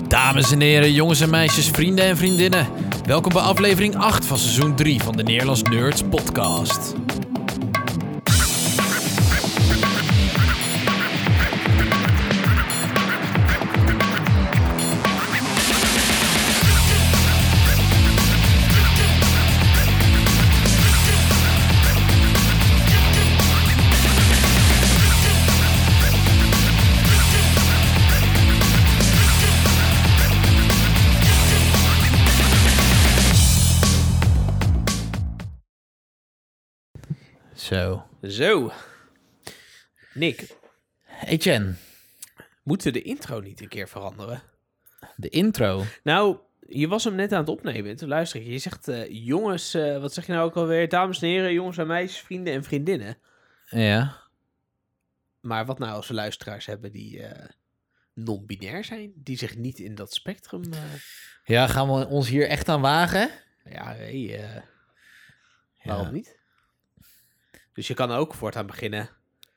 Dames en heren, jongens en meisjes, vrienden en vriendinnen. Welkom bij aflevering 8 van seizoen 3 van de Nederlands Nerds podcast. Zo. Nick. Etienne, Moeten we de intro niet een keer veranderen? de intro. Nou, je was hem net aan het opnemen. Toen luister ik. Je zegt, jongens, wat zeg je nou ook alweer? Dames en heren, jongens en meisjes, vrienden en vriendinnen. Ja. Maar wat nou als we luisteraars hebben die non-binair zijn? Die zich niet in dat spectrum... Ja, gaan we ons hier echt aan wagen? Ja, waarom niet? Dus je kan ook voortaan beginnen.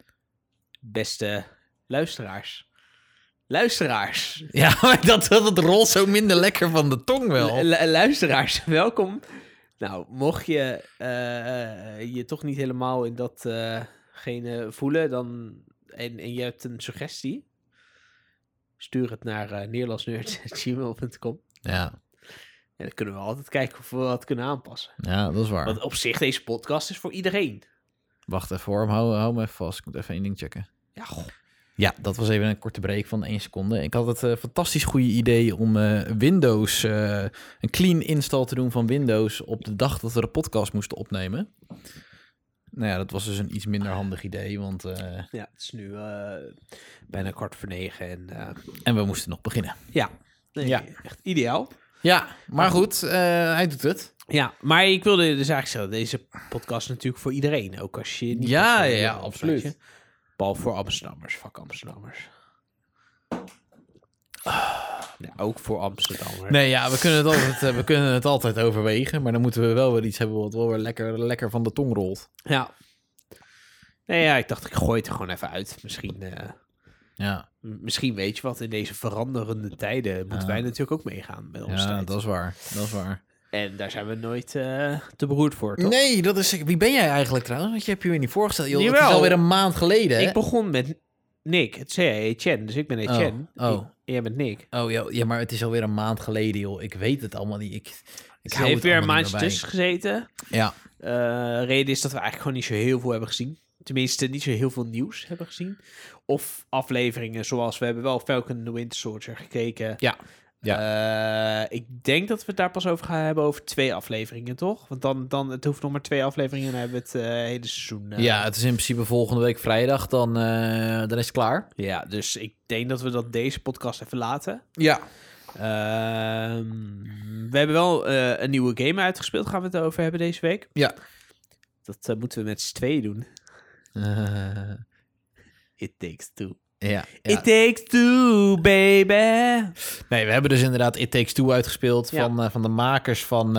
Beste luisteraars. Luisteraars. Ja, maar dat rolt zo minder lekker van de tong wel. Luisteraars, welkom. Nou, mocht je je toch niet helemaal in datgene voelen, dan, en je hebt een suggestie, stuur het naar nederlandsnerds@gmail.com. Ja. En dan kunnen we altijd kijken of we wat kunnen aanpassen. Ja, dat is waar. Want op zich, deze podcast is voor iedereen. Wacht even hoor, hou me even vast. Ik moet even één ding checken. Ja, goh. Ja, dat was even een korte break van 1 seconde. Ik had het fantastisch goede idee om Windows, een clean install te doen van Windows op de dag dat we de podcast moesten opnemen. Nou ja, dat was dus een iets minder handig idee, want... Ja, het is nu bijna 8:45 En we moesten nog beginnen. ja, nee, Ja. echt ideaal. Ja, maar goed, hij doet het. Ja, maar ik wilde dus eigenlijk zeggen, deze podcast is natuurlijk voor iedereen. Ook als je niet... Ja, absoluut. weet je. Behalve voor Amsterdammers, vak Amsterdammers. Ja, ook voor Amsterdammers. Nee, ja, we kunnen het altijd overwegen, maar dan moeten we wel weer iets hebben wat wel weer lekker van de tong rolt. Ja. Nee, ja, ik dacht, ik gooi het er gewoon even uit. Ja, Misschien weet je wat, in deze veranderende tijden moeten wij natuurlijk ook meegaan met onze tijd. dat is waar. En daar zijn we nooit te beroerd voor, toch? Nee, dat is... Wie ben jij eigenlijk trouwens? Want je hebt je weer niet voorgesteld. Joh, het Jawel. is alweer een maand geleden, hè? Ik begon met Nick. Het zei jij Etienne, dus ik ben Etienne. Oh. En jij bent Nick. Oh ja, maar het is alweer een maand geleden, joh. Ik weet het allemaal niet. Ik Het hou heeft het weer een allemaal niet maandje meer bij. tussen gezeten. Ja. Reden is dat we eigenlijk gewoon niet zo heel veel hebben gezien. Tenminste, niet zo heel veel nieuws hebben gezien. Of afleveringen zoals we hebben wel Falcon and the Winter Soldier gekeken. Ja. Ik denk dat we het daar pas over gaan hebben over 2 afleveringen, toch? Want dan het hoeft nog maar 2 afleveringen en dan hebben we het hele seizoen. Ja, het is in principe volgende week vrijdag, dan is het klaar. Ja, dus ik denk dat we dat deze podcast even laten. Ja. We hebben wel een nieuwe game uitgespeeld, gaan we het over hebben deze week. Ja. Dat moeten we met z'n tweeën doen. It Takes Two. Ja. It Takes Two, baby. Nee, we hebben dus inderdaad It Takes Two uitgespeeld van de makers van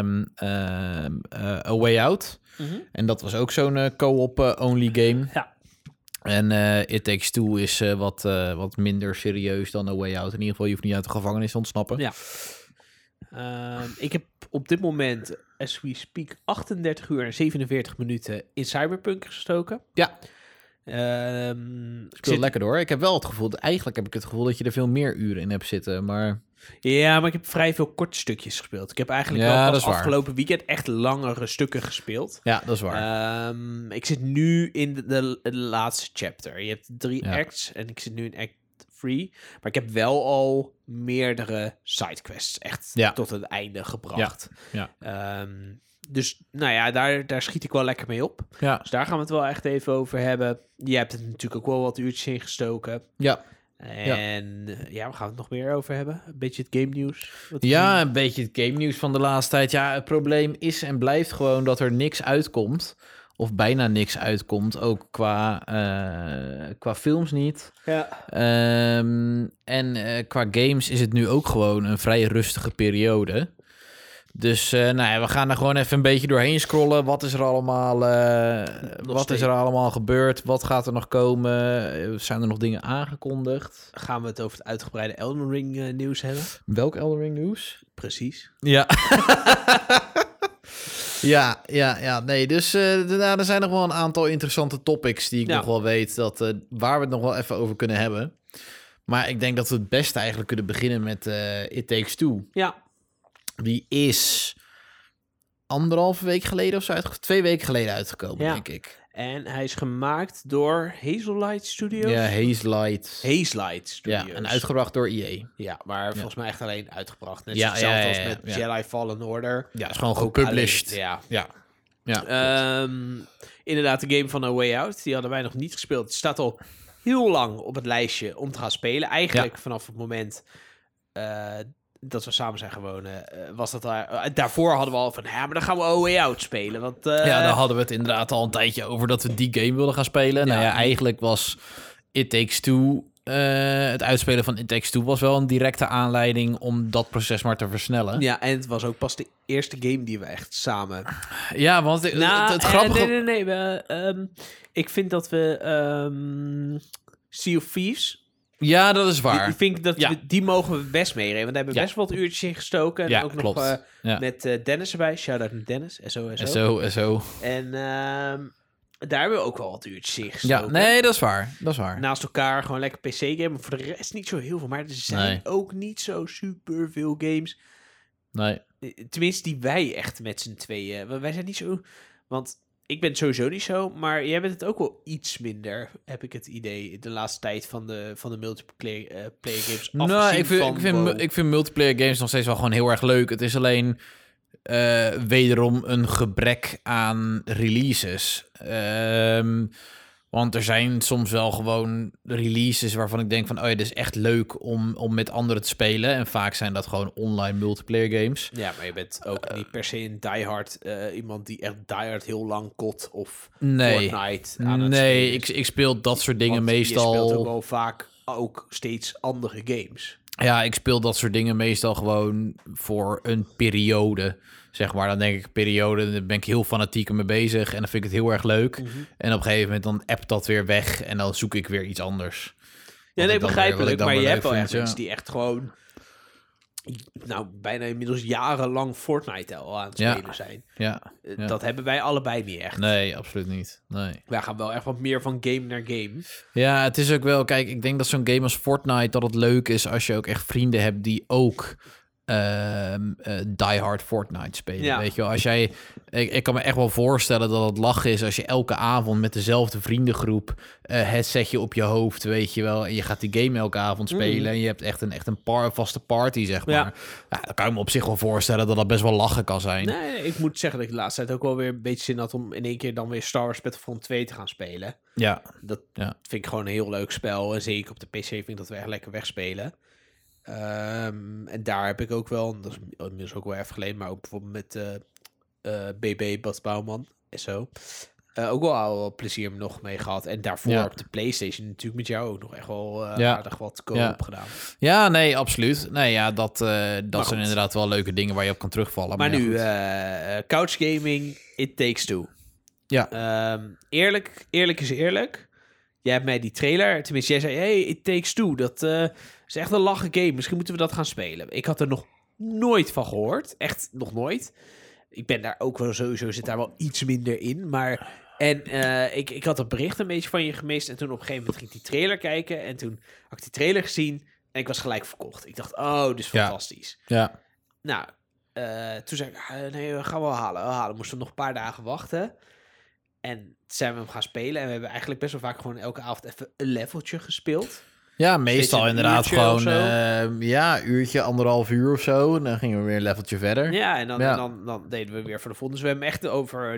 A Way Out. Mhm. En dat was ook zo'n co-op only game. Ja. En It Takes Two is wat minder serieus dan A Way Out. In ieder geval, je hoeft niet uit de gevangenis te ontsnappen. Ja. Ik heb op dit moment, as we speak, 38 uur en 47 minuten in Cyberpunk gestoken. Ja. Ik Speelt lekker door. Ik heb wel het gevoel, eigenlijk heb ik het gevoel dat je er veel meer uren in hebt zitten, maar... Ja, maar ik heb vrij veel korte stukjes gespeeld. Ik heb eigenlijk Ja, wel dat pas is waar. afgelopen weekend echt langere stukken gespeeld. Ja, dat is waar. Ik zit nu in de laatste chapter. Je hebt 3 Ja. acts en ik zit nu in act 3. Maar ik heb wel al meerdere sidequests echt tot het einde gebracht. Ja. Dus nou ja, daar schiet ik wel lekker mee op. Ja. Dus daar gaan we het wel echt even over hebben. Je hebt het natuurlijk ook wel wat uurtjes in gestoken. Ja. En ja, we gaan het nog meer over hebben. Een beetje het game nieuws. Ja, een beetje het game nieuws van de laatste tijd. Ja, het probleem is en blijft gewoon dat er niks uitkomt. Of bijna niks uitkomt. Ook qua films niet. Ja. En qua games is het nu ook gewoon een vrij rustige periode. Dus we gaan er gewoon even een beetje doorheen scrollen. Wat is er allemaal gebeurd? Wat gaat er nog komen? Zijn er nog dingen aangekondigd? Gaan we het over het uitgebreide Elden Ring nieuws hebben? Welk Elden Ring nieuws? Precies. Ja. Ja. Nee, dus er zijn nog wel een aantal interessante topics die ik nog wel weet waar we het nog wel even over kunnen hebben. Maar ik denk dat we het beste eigenlijk kunnen beginnen met It Takes Two. Ja. Die is 1,5 week geleden of zo 2 weken geleden uitgekomen, denk ik. En hij is gemaakt door Hazelight Studios. Ja, Hazelight Studios. Ja, en uitgebracht door EA. Ja, maar volgens mij echt alleen uitgebracht. Net hetzelfde als met Jedi Fallen Order. Ja, is gewoon gepublished. Inderdaad, de game van A Way Out. Die hadden wij nog niet gespeeld. Het staat al heel lang op het lijstje om te gaan spelen. Eigenlijk vanaf het moment dat we samen zijn gewonnen, was dat daarvoor hadden we al van, maar dan gaan we A Way Out spelen. Want, daar hadden we het inderdaad al een tijdje over dat we die game wilden gaan spelen. Eigenlijk was It Takes Two, het uitspelen van It Takes Two was wel een directe aanleiding om dat proces maar te versnellen. Ja, en het was ook pas de eerste game die we echt samen... Ja, want het grappige... Nee. Ik vind dat we Sea of Thieves... Ja, dat is waar. Ik vind dat die mogen we best meerebben. Want daar hebben we best wel wat uurtjes in gestoken. En ook klopt. Nog met Dennis erbij. Shout-out naar Dennis. SO. En daar hebben we ook wel wat uurtjes in gestoken. Ja, nee, dat is waar. Naast elkaar gewoon lekker PC-game. Maar voor de rest niet zo heel veel. Maar er zijn ook niet zo super veel games. Nee. Tenminste, die wij echt met z'n tweeën... Wij zijn niet zo... Want... Ik ben het sowieso niet zo, maar jij bent het ook wel iets minder, heb ik het idee, de laatste tijd van de multiplayer games. Ik vind multiplayer games nog steeds wel gewoon heel erg leuk. Het is alleen wederom een gebrek aan releases. Want er zijn soms wel gewoon releases waarvan ik denk van... dit is echt leuk om met anderen te spelen. En vaak zijn dat gewoon online multiplayer games. Ja, maar je bent ook niet per se een diehard... iemand die echt diehard heel lang kot of Fortnite aan het spelen is. Ik speel dat soort dingen meestal... je speelt ook wel vaak ook steeds andere games. Ja, ik speel dat soort dingen meestal gewoon voor een periode... Zeg maar, dan denk ik periode, dan ben ik heel fanatiek mee bezig en dan vind ik het heel erg leuk. Mm-hmm. En op een gegeven moment dan appt dat weer weg en dan zoek ik weer iets anders. Ja, nee, begrijpelijk, maar je hebt wel echt mensen die echt gewoon, bijna inmiddels jarenlang Fortnite al aan het spelen zijn. Ja. Dat hebben wij allebei niet echt. Nee, absoluut niet. Nee. Wij gaan wel echt wat meer van game naar game. Ja, het is ook wel, kijk, ik denk dat zo'n game als Fortnite, dat het leuk is als je ook echt vrienden hebt die ook... die hard Fortnite spelen. Ja. Weet je wel, als jij... Ik kan me echt wel voorstellen dat het lachen is als je elke avond met dezelfde vriendengroep headsetje op je hoofd, weet je wel, en je gaat die game elke avond spelen en je hebt echt een vaste party, zeg maar. Ja, dan kan ik me op zich wel voorstellen dat dat best wel lachen kan zijn. Nee, ik moet zeggen dat ik de laatste tijd ook wel weer een beetje zin had om in één keer dan weer Star Wars Battlefront 2 te gaan spelen. Ja. Dat vind ik gewoon een heel leuk spel en zeker op de PC vind ik dat we echt lekker wegspelen. En daar heb ik ook wel, dat is inmiddels ook wel even geleden, maar ook bijvoorbeeld met BB, Bas Bouwman en zo. Ook wel plezier nog mee gehad. En daarvoor op de PlayStation natuurlijk met jou ook nog echt wel aardig wat co-op gedaan. Ja, nee, absoluut. Nee, ja, dat zijn inderdaad wel leuke dingen waar je op kan terugvallen. Maar nu, couch gaming, It Takes Two. Ja. Eerlijk is eerlijk. Jij hebt mij die trailer, tenminste jij zei, hey, It Takes Two, dat is echt een lachen game. Misschien moeten we dat gaan spelen. Ik had er nog nooit van gehoord. Echt nog nooit. Ik ben daar ook wel sowieso, zit daar wel iets minder in. Maar, ik had het bericht een beetje van je gemist. En toen op een gegeven moment ging ik die trailer kijken. En toen had ik die trailer gezien. En ik was gelijk verkocht. Ik dacht, oh, dit is fantastisch. Ja. Nou, toen zei ik, nee, we gaan wel halen. We moesten nog een paar dagen wachten. En zijn we hem gaan spelen. En we hebben eigenlijk best wel vaak gewoon elke avond even een leveltje gespeeld. Ja, meestal inderdaad gewoon uurtje, 1,5 uur of zo. En dan gingen we weer een leveltje verder. Ja, en dan deden we weer voor de volgende. Dus we hebben echt over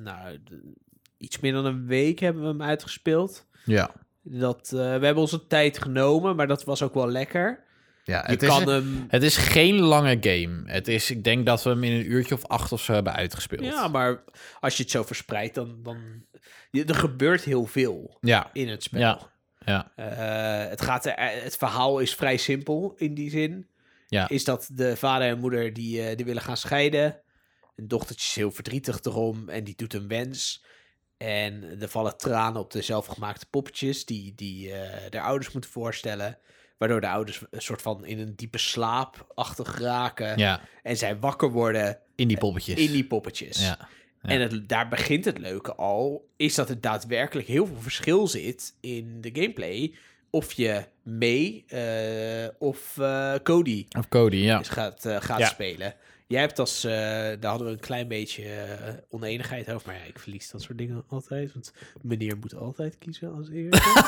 iets meer dan een week hebben we hem uitgespeeld. Ja. We hebben onze tijd genomen, maar dat was ook wel lekker. Ja, het is geen lange game. Ik denk dat we hem in een uurtje of 8 of zo hebben uitgespeeld. Ja, maar als je het zo verspreidt, dan er gebeurt heel veel in het spel. Ja. Het verhaal is vrij simpel in die zin. Ja. is dat de vader en moeder die willen gaan scheiden. Een dochtertje is heel verdrietig erom en die doet een wens. En er vallen tranen op de zelfgemaakte poppetjes die de ouders moeten voorstellen. Waardoor de ouders een soort van in een diepe slaapachtig raken. Ja, En zij wakker worden in die poppetjes. in die poppetjes. Ja. Ja. En daar begint het leuke al. Is dat er daadwerkelijk heel veel verschil zit in de gameplay. Of je May of Cody Of Cody, ja. dus gaat Ja. spelen. Jij hebt daar hadden we een klein beetje oneenigheid over. Maar ja, ik verlies dat soort dingen altijd. Want meneer moet altijd kiezen als eerste.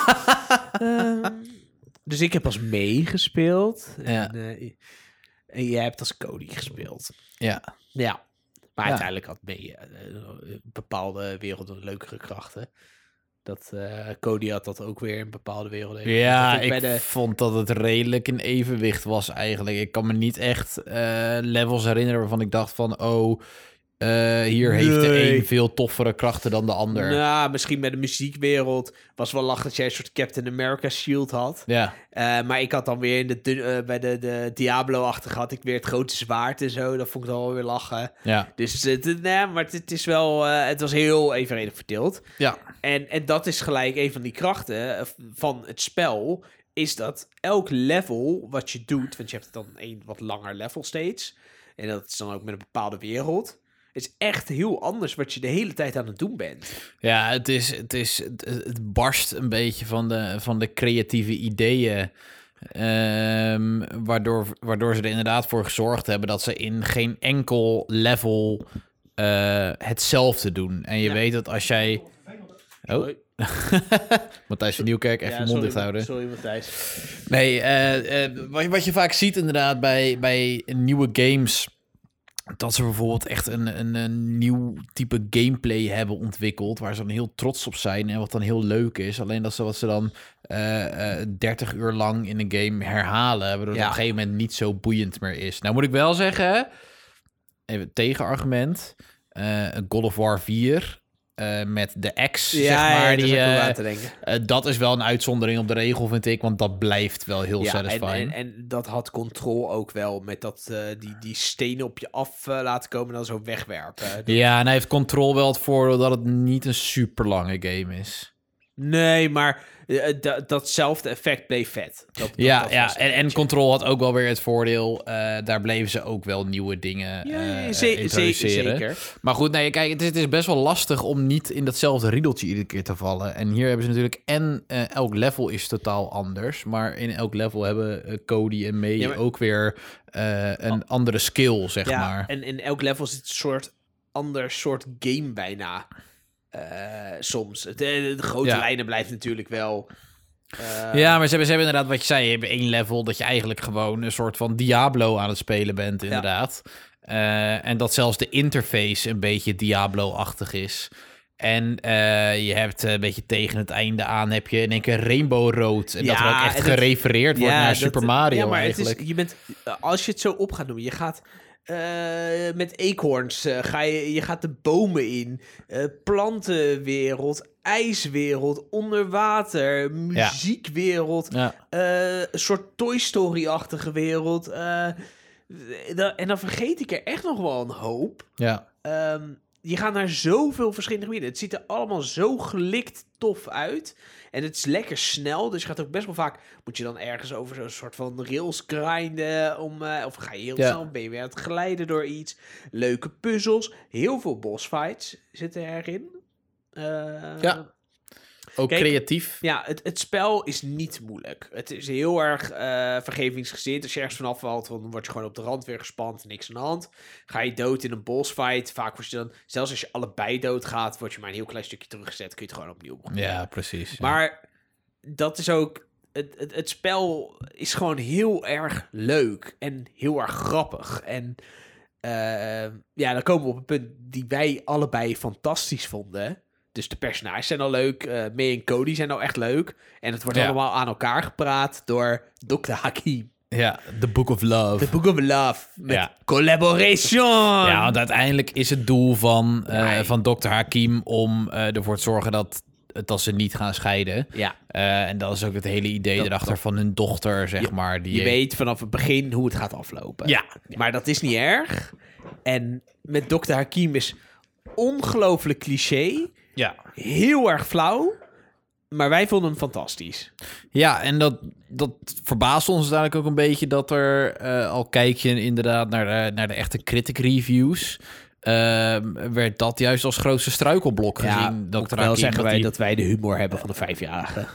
Dus ik heb als May gespeeld. Ja. En jij hebt als Cody gespeeld. Ja. Ja. Maar Ja. uiteindelijk had May bepaalde werelden leukere krachten. Cody had dat ook weer in bepaalde werelden. Ja, Dat ik bij de- vond dat het redelijk in evenwicht was eigenlijk. Ik kan me niet echt levels herinneren waarvan ik dacht van... hier heeft de Nee. een veel toffere krachten dan de ander. Nou, misschien bij de muziekwereld was wel lach dat jij een soort Captain America shield had. Ja, Maar ik had dan weer in bij de Diablo-achtige had ik weer het grote zwaard en zo. Dat vond ik dan wel weer lachen. ja, Dus maar het is wel... het was heel evenredig verdeeld. ja. En dat is gelijk een van die krachten van het spel... is dat elk level wat je doet... want je hebt dan een wat langer level steeds... en dat is dan ook met een bepaalde wereld... is echt heel anders wat je de hele tijd aan het doen bent. Ja, het barst een beetje van de creatieve ideeën. Waardoor ze er inderdaad voor gezorgd hebben dat ze in geen enkel level hetzelfde doen. En je Ja. weet dat als jij... Oh, Sorry. Matthijs van Nieuwkerk, even je mond dicht houden. Sorry, Matthijs. Nee, wat je vaak ziet inderdaad bij nieuwe games... dat ze bijvoorbeeld echt een nieuw type gameplay hebben ontwikkeld... waar ze dan heel trots op zijn en wat dan heel leuk is. Alleen dat ze wat ze dan 30 uur lang in een game herhalen... waardoor het Ja. op een gegeven moment niet zo boeiend meer is. Nou moet ik wel zeggen, even tegenargument... God of War 4... met de X, zeg maar. dat is Die, ook wel aan te denken. dat is wel een uitzondering op de regel, vind ik. Want dat blijft wel heel satisfying. En dat had Control ook wel. Met dat die stenen op je af laten komen en dan zo wegwerpen. Ja, en hij heeft Control wel het voordeel dat het niet een super lange game is. Nee, maar datzelfde effect bleef vet. Dat Ja, was en het. Control had ook wel weer het voordeel. Daar bleven ze ook wel nieuwe dingen introduceren. Zeker. Maar goed, nee, kijk, het is best wel lastig om niet in datzelfde riedeltje iedere keer te vallen. En hier hebben ze natuurlijk... elk level is totaal anders. Maar in elk level hebben Cody en May ook weer een andere skill, zeg maar. En in elk level zit een soort ander soort game bijna. Soms. De grote lijnen blijft natuurlijk wel... Ja, maar ze hebben inderdaad wat je zei. Je hebt één level dat je eigenlijk gewoon een soort van Diablo aan het spelen bent, inderdaad. En dat zelfs de interface een beetje Diablo-achtig is. En je hebt een beetje tegen het einde aan heb je in één keer Rainbow Road. En dat er ook echt gerefereerd wordt naar Super Mario ja, maar eigenlijk. Het is, als je het zo op gaat noemen, je gaat... met eekhoorns je gaat de bomen in. Plantenwereld, ijswereld, onderwater, muziekwereld. Ja. Een soort Toy Story-achtige wereld. En dan vergeet ik er echt nog wel een hoop. Ja. Je gaat naar zoveel verschillende gebieden. Het ziet er allemaal zo gelikt tof uit. En het is lekker snel. Dus je gaat ook best wel vaak... Moet je dan ergens over zo'n soort van rails grinden. Of ga je heel snel... Ben je weer aan het glijden door iets. Leuke puzzels. Heel veel bossfights zitten erin. Ook kijk, creatief. Ja, het spel is niet moeilijk. Het is heel erg vergevingsgezind. Als je ergens vanaf valt, dan word je gewoon op de rand weer gespand. Niks aan de hand. Ga je dood in een bossfight. Vaak word je dan... Zelfs als je allebei doodgaat, word je maar een heel klein stukje teruggezet. Kun je het gewoon opnieuw beginnen. Ja, precies. Ja. Maar dat is ook... Het spel is gewoon heel erg leuk. En heel erg grappig. En dan komen we op een punt die wij allebei fantastisch vonden. Dus de personages zijn al leuk. May en Cody zijn al echt leuk. En het wordt allemaal aan elkaar gepraat door Dr. Hakim. Ja, The Book of Love. The Book of Love. Met collaboration. Ja, want uiteindelijk is het doel van Dr. Hakim om ervoor te zorgen dat dat ze niet gaan scheiden. Ja. En dat is ook het hele idee erachter van hun dochter, zeg maar. Die Je weet vanaf het begin hoe het gaat aflopen. Ja. Maar dat is niet erg. En met Dr. Hakim is ongelooflijk cliché. Ja. Heel erg flauw. Maar wij vonden hem fantastisch. Ja, en dat verbaast ons uiteindelijk ook een beetje... dat er, al kijk je inderdaad naar de echte critic reviews... werd dat juist als grootste struikelblok gezien. Ja, wel zeggen wij dat wij de humor hebben van de 5-jarigen.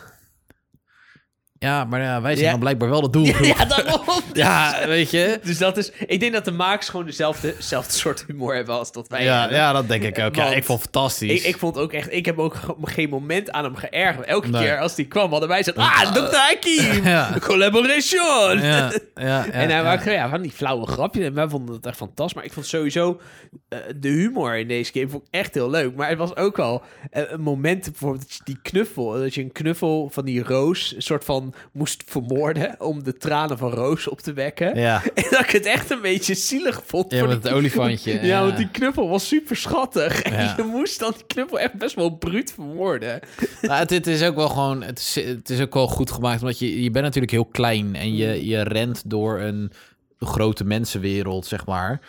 Ja, maar wij zijn dan blijkbaar wel de doelgroep. Ja, daarom. Ja, weet je. Dus dat is... Ik denk dat de makers gewoon dezelfde soort humor hebben als dat wij hebben. Ja, dat denk ik ook. Ja, ik vond het fantastisch. Ik vond ook echt... Ik heb ook geen moment aan hem geërgerd. Elke keer als die kwam, hadden wij gezegd... Dr. Hakim! Collaboration! Ja, en hij maakte van die flauwe grapjes. En wij vonden het echt fantastisch. Maar ik vond sowieso... de humor in deze game vond ik echt heel leuk. Maar het was ook wel een moment... Bijvoorbeeld die knuffel. Dat je een knuffel van die Roos... een soort van moest vermoorden... om de tranen van Roos op te wekken. Ja. En dat ik het echt een beetje zielig vond. Ja, met het olifantje. Ja, want die knuffel was super schattig. En Ja. je moest dan die knuffel echt best wel bruut vermoorden. Nou, het is ook wel gewoon... Het is ook wel goed gemaakt, omdat je bent natuurlijk heel klein... en je rent door een grote mensenwereld, zeg maar.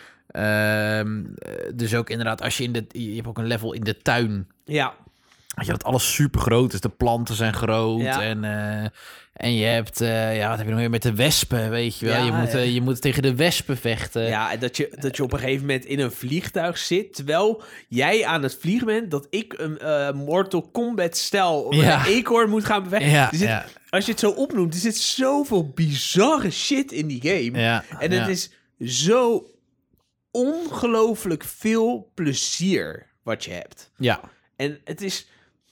Dus ook inderdaad, als je je hebt ook een level in de tuin... Ja. Weet je, dat alles super groot is. De planten zijn groot. Ja. En je hebt... wat heb je nog meer met de wespen, weet je wel? Ja, je moet tegen de wespen vechten. Ja, en dat je op een gegeven moment in een vliegtuig zit... terwijl jij aan het vliegen bent... dat ik een Mortal Kombat-stijl een eekhoorn moet gaan bewegen. Ja, Als je het zo opnoemt... er zit zoveel bizarre shit in die game. Ja, en het is zo ongelooflijk veel plezier wat je hebt. Ja. En het is...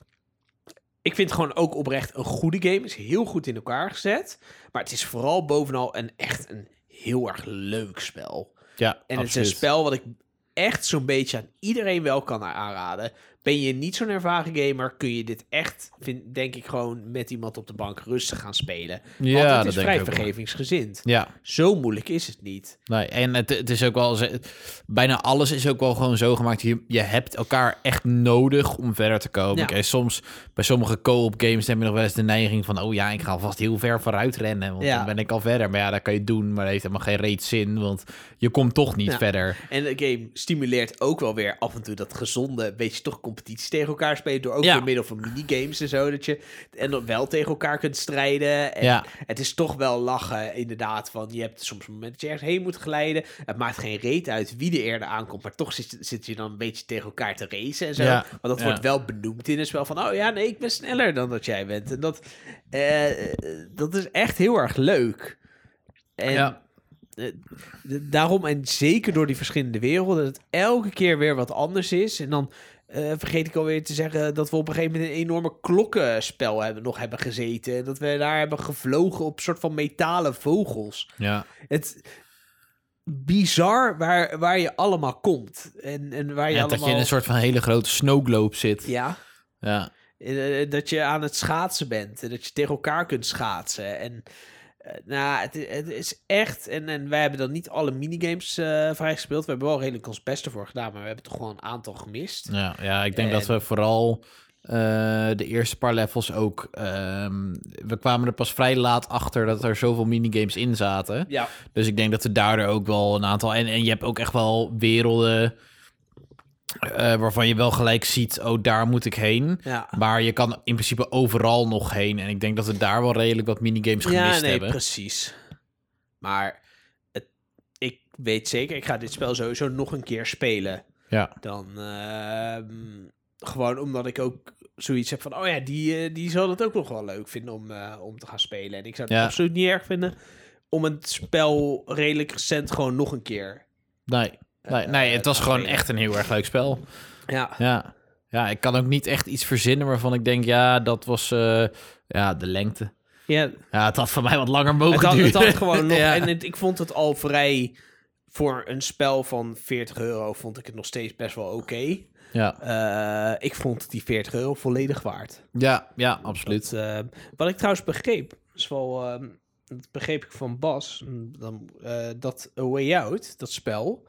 Ik vind het gewoon ook oprecht een goede game. Het is heel goed in elkaar gezet. Maar het is vooral bovenal echt een heel erg leuk spel. Ja, en absoluut. het is een spel wat ik echt zo'n beetje aan iedereen wel kan aanraden. Ben je niet zo'n ervaren gamer, kun je dit echt, denk ik, gewoon met iemand op de bank rustig gaan spelen. Ja, want het is dat vrij denk ik ook vergevingsgezind. Ja. Zo moeilijk is het niet. Nee, en het is ook wel... Bijna alles is ook wel gewoon zo gemaakt. Je hebt elkaar echt nodig om verder te komen. Ja. Kijk, soms bij sommige co-op games heb je nog wel eens de neiging van... oh ja, ik ga alvast heel ver vooruit rennen, want dan ben ik al verder. Maar ja, dat kan je doen, maar dat heeft helemaal geen reet zin... want je komt toch niet verder. En de game stimuleert ook wel weer af en toe dat gezonde... beetje toch competitie tegen elkaar spelen... door ook door middel van minigames en zo... dat je dan wel tegen elkaar kunt strijden. En het is toch wel lachen, inderdaad. Van je hebt soms een moment dat je ergens heen moet glijden. Het maakt geen reet uit wie er eerder aankomt... maar toch zit je dan een beetje tegen elkaar te racen en zo. Ja. Want dat wordt wel benoemd in het spel van... oh ja, nee, ik ben sneller dan dat jij bent. En dat is echt heel erg leuk. En daarom, en zeker door die verschillende werelden... dat het elke keer weer wat anders is. En dan vergeet ik alweer te zeggen... dat we op een gegeven moment een enorme klokkenspel hebben gezeten. En dat we daar hebben gevlogen op een soort van metalen vogels. Ja. Het bizar waar je allemaal komt. En waar je allemaal... Dat je in een soort van hele grote snowglobe zit. Ja. Ja. Dat je aan het schaatsen bent. En dat je tegen elkaar kunt schaatsen. En het is echt... En wij hebben dan niet alle minigames vrijgespeeld. We hebben wel redelijk ons best ervoor gedaan. Maar we hebben toch gewoon een aantal gemist. Ja, ik denk dat we vooral... de eerste paar levels ook... we kwamen er pas vrij laat achter dat er zoveel minigames in zaten. Ja. Dus ik denk dat we daardoor ook wel een aantal... En je hebt ook echt wel werelden... waarvan je wel gelijk ziet, oh, daar moet ik heen. Ja. Maar je kan in principe overal nog heen. En ik denk dat we daar wel redelijk wat minigames gemist hebben. Ja, precies. Maar ik weet zeker, ik ga dit spel sowieso nog een keer spelen. Ja. Dan gewoon omdat ik ook zoiets heb van... oh ja, die zal het ook nog wel leuk vinden om te gaan spelen. En ik zou het absoluut niet erg vinden... om het spel redelijk recent gewoon nog een keer... Nee, het was gewoon echt een heel erg leuk spel. Ja, ik kan ook niet echt iets verzinnen waarvan ik denk... ja, dat was de lengte. Ja, het had voor mij wat langer mogen duren. Het had gewoon nog... En ik vond het al vrij... voor een spel van €40 vond ik het nog steeds best wel oké. Ja. Ik vond die €40 volledig waard. Ja, absoluut. Wat ik trouwens begreep... is wel... dat begreep ik van Bas... dat A Way Out, dat spel...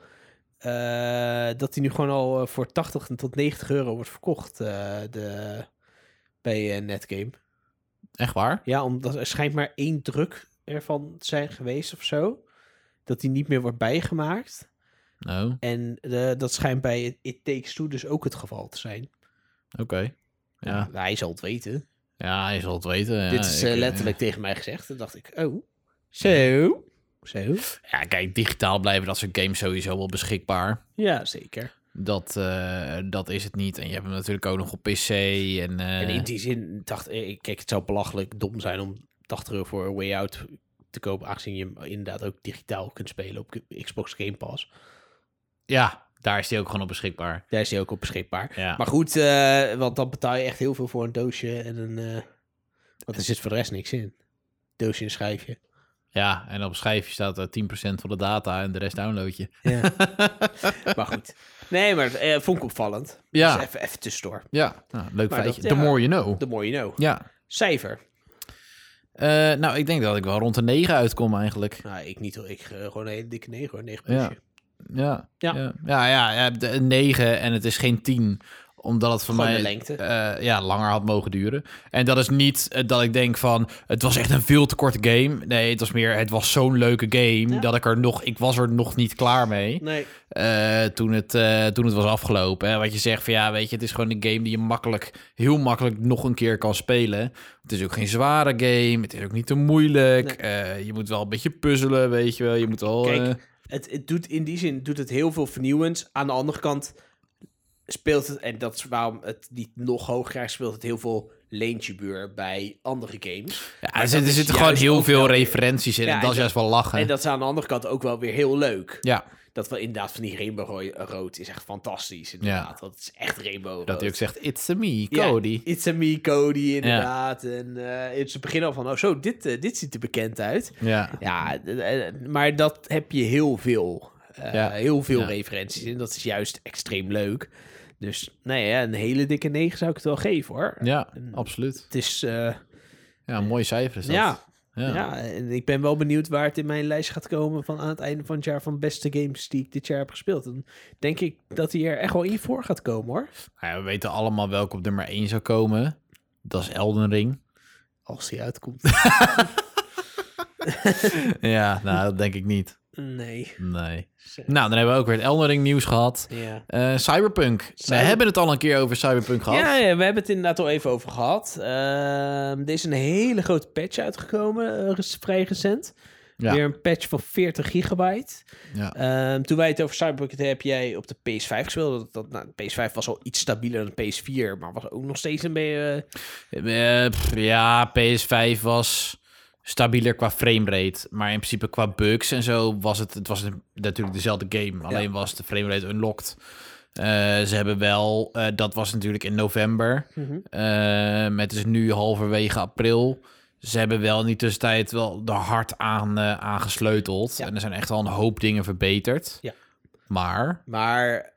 dat die nu gewoon al voor €80 tot €90 wordt verkocht. bij Netgame. Echt waar? Ja, omdat er schijnt maar 1 druk ervan te zijn geweest of zo. Dat die niet meer wordt bijgemaakt. Nou, En dat schijnt bij It Takes Two dus ook het geval te zijn. oké. Ja. Hij zal het weten. Ja, hij zal het weten. Ja, Dit is ik, letterlijk tegen mij gezegd. Toen dacht ik, oh, zo. Ja, kijk, digitaal blijven dat soort games sowieso wel beschikbaar. Ja, zeker. Dat is het niet. En je hebt hem natuurlijk ook nog op PC. En in die zin dacht ik, kijk, het zou belachelijk dom zijn om €80 voor A Way Out te kopen, aangezien je hem inderdaad ook digitaal kunt spelen op Xbox Game Pass. ja, daar is hij ook gewoon op beschikbaar. Daar is hij ook op beschikbaar. Ja. Maar goed, want dan betaal je echt heel veel voor een doosje en een... want er zit voor de rest niks in. Doosje en een schijfje. Ja, en op het schijfje staat 10% van de data en de rest download je. Ja. Maar goed. Nee, maar vond ik opvallend. Ja. Dus even tussendoor. Ja, nou, leuk Maar feitje. dat- The ja. more you know. The more you know. Ja. Cijfer. Nou, ik denk dat ik wel rond de 9 uitkom eigenlijk. Nou, ik niet hoor. Ik gewoon een hele dikke 9 hoor. 9 Ja. plusje. Ja, de 9 en het is geen 10. Omdat het voor Gewoon mij de lengte. langer had mogen duren. En dat is niet dat ik denk van... Het was echt een veel te korte game. Nee, het was meer... Het was zo'n leuke game... Ja. dat ik was er nog niet klaar mee. Nee. Toen het was afgelopen. Hè? Wat je zegt van ja, weet je... Het is gewoon een game die je heel makkelijk nog een keer kan spelen. Het is ook geen zware game. Het is ook niet te moeilijk. Je moet wel een beetje puzzelen, weet je wel. Je moet wel... Kijk, het doet in die zin doet het heel veel vernieuwends. Aan de andere kant speelt het, en dat is waarom het niet nog hoger krijgt, speelt het heel veel leentjebuur bij andere games. ja, Maar er dat is zitten gewoon juist heel ook veel wel weer- referenties in. Ja, en dat is en juist wel lachen. En dat is aan de andere kant ook wel weer heel leuk. Ja, Dat we inderdaad van die rainbow rood is echt fantastisch. Inderdaad. Dat is echt rainbow rood. dat hij ook zegt, it's a me, Ja, Cody. It's a me, Cody, inderdaad. En in het begin al van, oh zo, dit ziet er bekend uit. Ja. Ja, maar dat heb je heel veel. Heel veel Ja. referenties in. Dat is juist extreem leuk. Dus nee, ja, een hele dikke 9 zou ik het wel geven, hoor. Ja, En absoluut. Het is... Ja, een mooi cijfer is dat. ja, Ja. en ik ben wel benieuwd waar het in mijn lijst gaat komen van aan het einde van het jaar van beste games die ik dit jaar heb gespeeld. Dan denk ik dat hij er echt wel in voor gaat komen, hoor. Nou ja, we weten allemaal welke op nummer 1 zou komen. Dat is Elden Ring. Als hij uitkomt. Ja, nou, dat denk ik niet. Nee. Nee. Nou, dan hebben we ook weer het Elden Ring nieuws gehad. Ja. Cyberpunk. We hebben het al een keer over Cyberpunk gehad. Ja, we hebben het inderdaad al even over gehad. Er is een hele grote patch uitgekomen, vrij recent. Ja. Weer een patch van 40 gigabyte. Ja. Toen wij het over Cyberpunk hadden, heb jij op de PS5 gespeeld. De PS5 was al iets stabieler dan de PS4, maar was ook nog steeds een beetje... Ja, PS5 was stabieler qua framerate. Maar in principe qua bugs en zo was het was natuurlijk dezelfde game. Alleen was de framerate unlocked. Ze hebben wel, dat was natuurlijk in november. Het is nu halverwege april. Ze hebben wel in die tussentijd wel er hard aan gesleuteld. Ja. En er zijn echt wel een hoop dingen verbeterd. Ja. Maar... Maar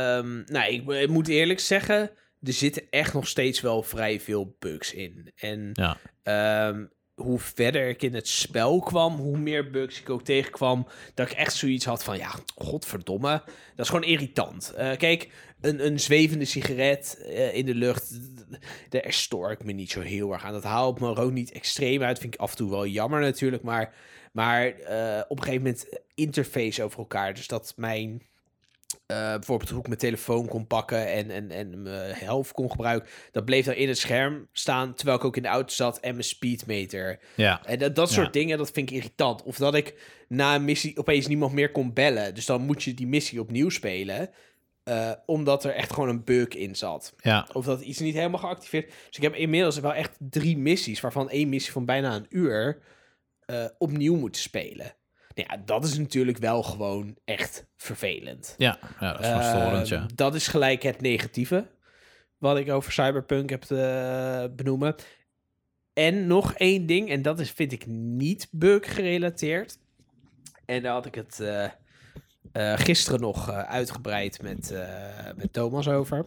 ik moet eerlijk zeggen, er zitten echt nog steeds wel vrij veel bugs in. En Ja. hoe verder ik in het spel kwam, hoe meer bugs ik ook tegenkwam, dat ik echt zoiets had van, ja, godverdomme, dat is gewoon irritant. Kijk, een zwevende sigaret in de lucht, daar stoor ik me niet zo heel erg aan. Dat haalt me er ook niet extreem uit, vind ik af en toe wel jammer natuurlijk, maar op een gegeven moment interface over elkaar, dus dat mijn... bijvoorbeeld hoe ik mijn telefoon kon pakken en mijn helft kon gebruiken. Dat bleef dan in het scherm staan, terwijl ik ook in de auto zat en mijn speedmeter. Ja. En dat soort dingen, dat vind ik irritant. Of dat ik na een missie opeens niemand meer kon bellen. Dus dan moet je die missie opnieuw spelen, omdat er echt gewoon een bug in zat. Ja. Of dat iets niet helemaal geactiveerd. Dus ik heb inmiddels wel echt 3 missies, waarvan 1 missie van bijna een uur opnieuw moeten spelen. Nou ja, dat is natuurlijk wel gewoon echt vervelend. Ja, dat is wel storend, ja. Dat is gelijk het negatieve wat ik over Cyberpunk heb te benoemen. En nog 1 ding, en dat vind ik niet bug gerelateerd. En daar had ik het gisteren nog uitgebreid met Thomas over.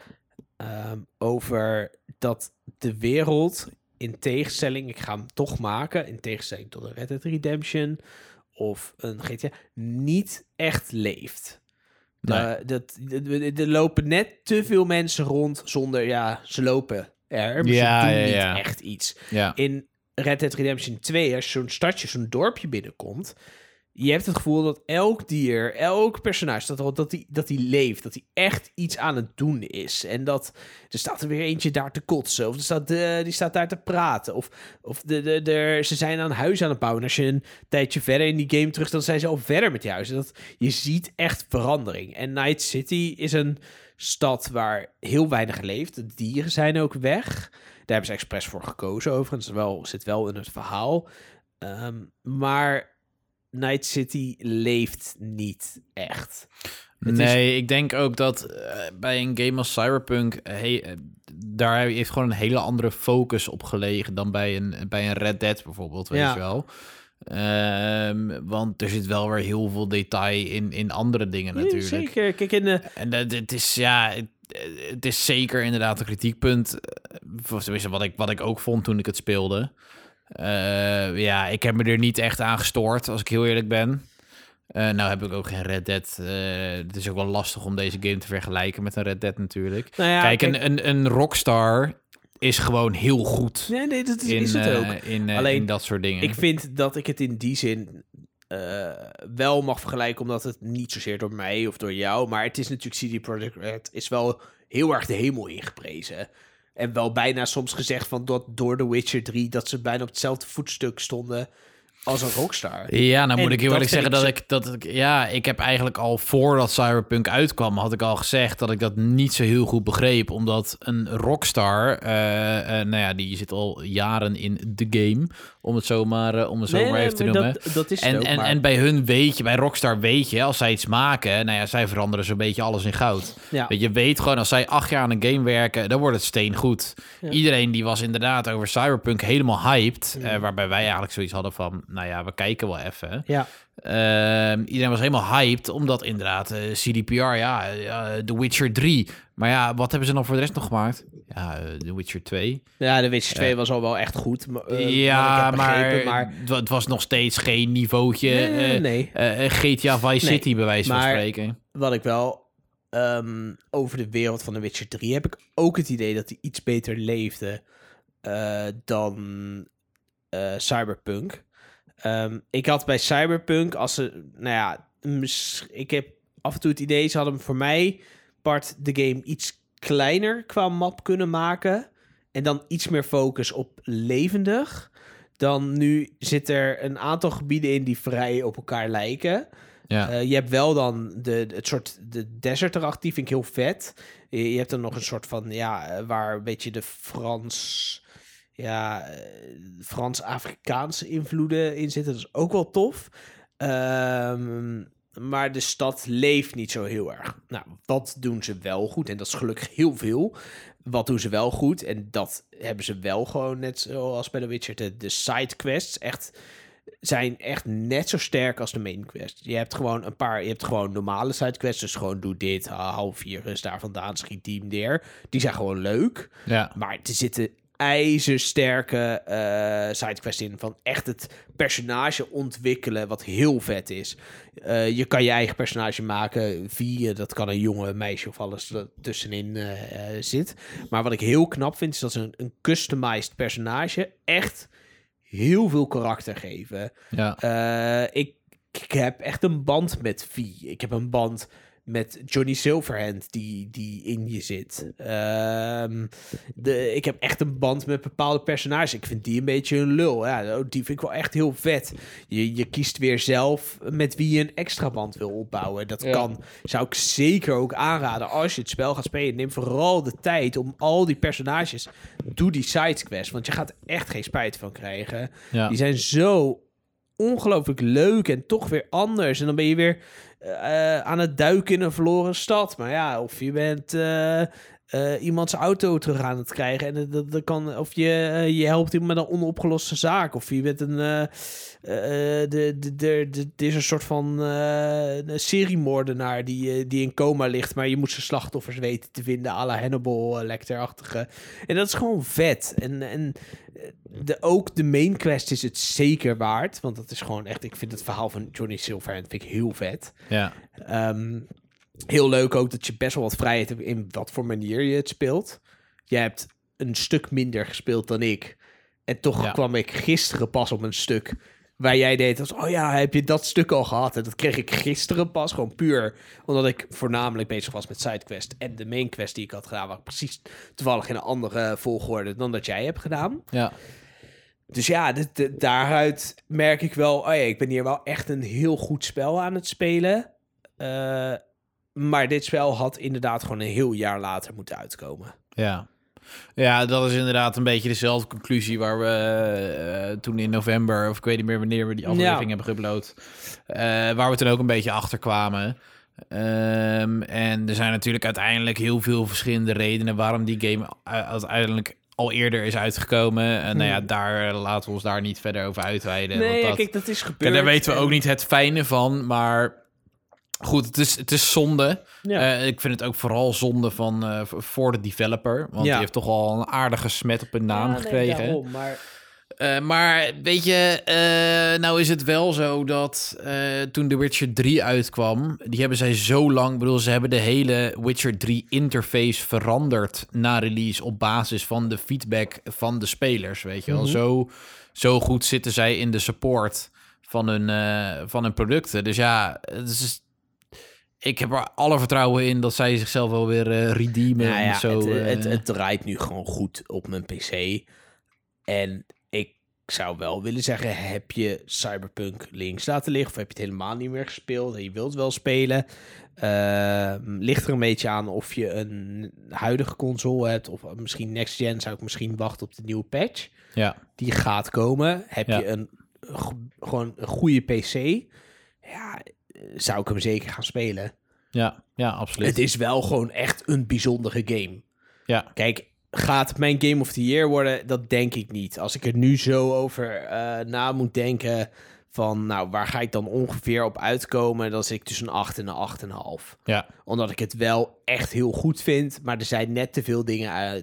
Over dat de wereld, in tegenstelling, ik ga hem toch maken, in tegenstelling tot een Red Dead Redemption of een GTA, niet echt leeft. Nee. Er lopen net te veel mensen rond zonder... Ja, ze lopen er. Maar ze doen niet echt iets. Ja. In Red Dead Redemption 2, als je zo'n stadje, zo'n dorpje binnenkomt, je hebt het gevoel dat elk dier, elk personage, dat die leeft. Dat die echt iets aan het doen is. En dat er staat er weer eentje daar te kotsen. Of die staat daar te praten. Of ze zijn aan huis aan het bouwen. Als je een tijdje verder in die game terug, dan zijn ze al verder met die huizen. Je ziet echt verandering. En Night City is een stad waar heel weinig leeft. De dieren zijn ook weg. Daar hebben ze expres voor gekozen overigens. Zit wel in het verhaal. Maar Night City leeft niet echt. Ik denk ook dat bij een game als Cyberpunk, daar heeft gewoon een hele andere focus op gelegen dan bij een Red Dead bijvoorbeeld, weet je wel. Want er zit wel weer heel veel detail in andere dingen natuurlijk. Zeker. Kijk, en het is zeker inderdaad een kritiekpunt. Wat ik ook vond toen ik het speelde. Ik heb me er niet echt aan gestoord, als ik heel eerlijk ben. Nou heb ik ook geen Red Dead. Het is ook wel lastig om deze game te vergelijken met een Red Dead natuurlijk. Nou ja, kijk, een Rockstar is gewoon heel goed. Nee, dat is het ook. In dat soort dingen. Ik vind dat ik het in die zin wel mag vergelijken, omdat het niet zozeer door mij of door jou, maar het is natuurlijk CD Projekt Red is wel heel erg de hemel ingeprezen. En wel bijna soms gezegd van door The Witcher 3 dat ze bijna op hetzelfde voetstuk stonden als een Rockstar. Ja, nou moet ik heel eerlijk zeggen ik heb eigenlijk al voordat Cyberpunk uitkwam, had ik al gezegd dat ik dat niet zo heel goed begreep, omdat een Rockstar, die zit al jaren in de game, om het zo maar even te noemen. Dat is en bij hun bij Rockstar weet je, als zij iets maken, zij veranderen zo'n beetje alles in goud. Ja. Je weet gewoon, als zij 8 jaar aan een game werken, dan wordt het steengoed. Ja. Iedereen die was inderdaad over Cyberpunk helemaal hyped, waarbij wij eigenlijk zoiets hadden van, we kijken wel even. Ja. Iedereen was helemaal hyped, omdat inderdaad CDPR, The Witcher 3. Maar wat hebben ze dan voor de rest nog gemaakt? Ja, The Witcher 2. Ja, The Witcher 2 was al wel echt goed. Maar het was nog steeds geen niveautje GTA Vice City, bij wijze van spreken. Wat ik wel over de wereld van The Witcher 3 heb ik ook het idee dat die iets beter leefde dan Cyberpunk. Ik had bij Cyberpunk, ik heb af en toe het idee, ze hadden voor mij, Bart, de game iets kleiner qua map kunnen maken en dan iets meer focus op levendig. Dan nu zit er een aantal gebieden in die vrij op elkaar lijken. Ja. Je hebt wel dan de desert erachter, vind ik heel vet. Je hebt dan nog een soort van, waar een beetje de Frans-Afrikaanse invloeden in zitten. Dat is ook wel tof. Maar de stad leeft niet zo heel erg. Nou, wat doen ze wel goed? En dat is gelukkig heel veel. Wat doen ze wel goed? En dat hebben ze wel gewoon, net zoals bij The Witcher, de sidequests zijn echt net zo sterk als de main quest. Je hebt gewoon normale sidequests, dus gewoon doe dit, haal virus daar vandaan, schiet die neer. Die zijn gewoon leuk. Ja. Maar er zitten ijzersterke sidequests in van echt het personage ontwikkelen, wat heel vet is. Je kan je eigen personage maken via, dat kan een jongen, een meisje of alles tussenin zit. Maar wat ik heel knap vind, is dat ze een customized personage echt heel veel karakter geven. Ja. Ik heb echt een band met V. Ik heb een band met Johnny Silverhand die in je zit. Ik heb echt een band met bepaalde personages. Ik vind die een beetje een lul. Ja, die vind ik wel echt heel vet. Je kiest weer zelf met wie je een extra band wil opbouwen. Dat zou ik zeker ook aanraden. Als je het spel gaat spelen, neem vooral de tijd om al die personages. Doe die sidequests, want je gaat echt geen spijt van krijgen. Ja. Die zijn zo ongelooflijk leuk en toch weer anders. En dan ben je weer aan het duiken in een verloren stad. Maar of je bent iemands auto terug aan het krijgen. En dat kan, of je helpt iemand met een onopgeloste zaak. Of je bent dit is een soort van seriemoordenaar die in coma ligt. Maar je moet zijn slachtoffers weten te vinden, à la Hannibal Lecter-achtige. En dat is gewoon vet. En ook de main quest is het zeker waard. Want dat is gewoon echt, ik vind het verhaal van Johnny Silverhand vind ik heel vet. Ja. Heel leuk ook dat je best wel wat vrijheid hebt in wat voor manier je het speelt. Je hebt een stuk minder gespeeld dan ik. En toch kwam ik gisteren pas op een stuk waar jij deed als... heb je dat stuk al gehad? En dat kreeg ik gisteren pas, gewoon puur omdat ik voornamelijk bezig was met sidequest. En de main quest die ik had gedaan, was precies toevallig in een andere volgorde dan dat jij hebt gedaan. Ja. Dus ja, daaruit merk ik wel... ik ben hier wel echt een heel goed spel aan het spelen. Maar dit spel had inderdaad gewoon een heel jaar later moeten uitkomen. Ja, dat is inderdaad een beetje dezelfde conclusie waar we toen in november, of ik weet niet meer wanneer we die aflevering hebben geüpload, waar we toen ook een beetje achter kwamen. En er zijn natuurlijk uiteindelijk heel veel verschillende redenen waarom die game uiteindelijk al eerder is uitgekomen. En daar laten we ons daar niet verder over uitweiden. Nee, want kijk, dat is gebeurd. En daar weten we ook niet het fijne van, maar goed, het is zonde. Ja. Ik vind het ook vooral zonde voor de developer. Want die heeft toch al een aardige smet op hun naam gekregen. Daarom, maar weet je, nou is het wel zo dat toen The Witcher 3 uitkwam, die hebben zij zo lang... bedoel, ze hebben de hele Witcher 3 interface veranderd na release op basis van de feedback van de spelers, weet je wel. Zo goed zitten zij in de support van hun producten. Dus ja, het is... Ik heb er alle vertrouwen in dat zij zichzelf wel weer redeemen. Nou ja, zo, het draait nu gewoon goed op mijn PC. En ik zou wel willen zeggen, heb je Cyberpunk links laten liggen? Of heb je het helemaal niet meer gespeeld en je wilt wel spelen? Ligt er een beetje aan of je een huidige console hebt. Of misschien next gen, zou ik misschien wachten op de nieuwe patch. Ja. Die gaat komen. Heb je gewoon een goede PC? Ja, zou ik hem zeker gaan spelen. Ja, absoluut. Het is wel gewoon echt een bijzondere game. Ja. Kijk, gaat het mijn Game of the Year worden? Dat denk ik niet. Als ik er nu zo over na moet denken van, nou, waar ga ik dan ongeveer op uitkomen? Dan zit ik tussen een 8 en een 8,5. Ja. Omdat ik het wel echt heel goed vind, maar er zijn net te veel dingen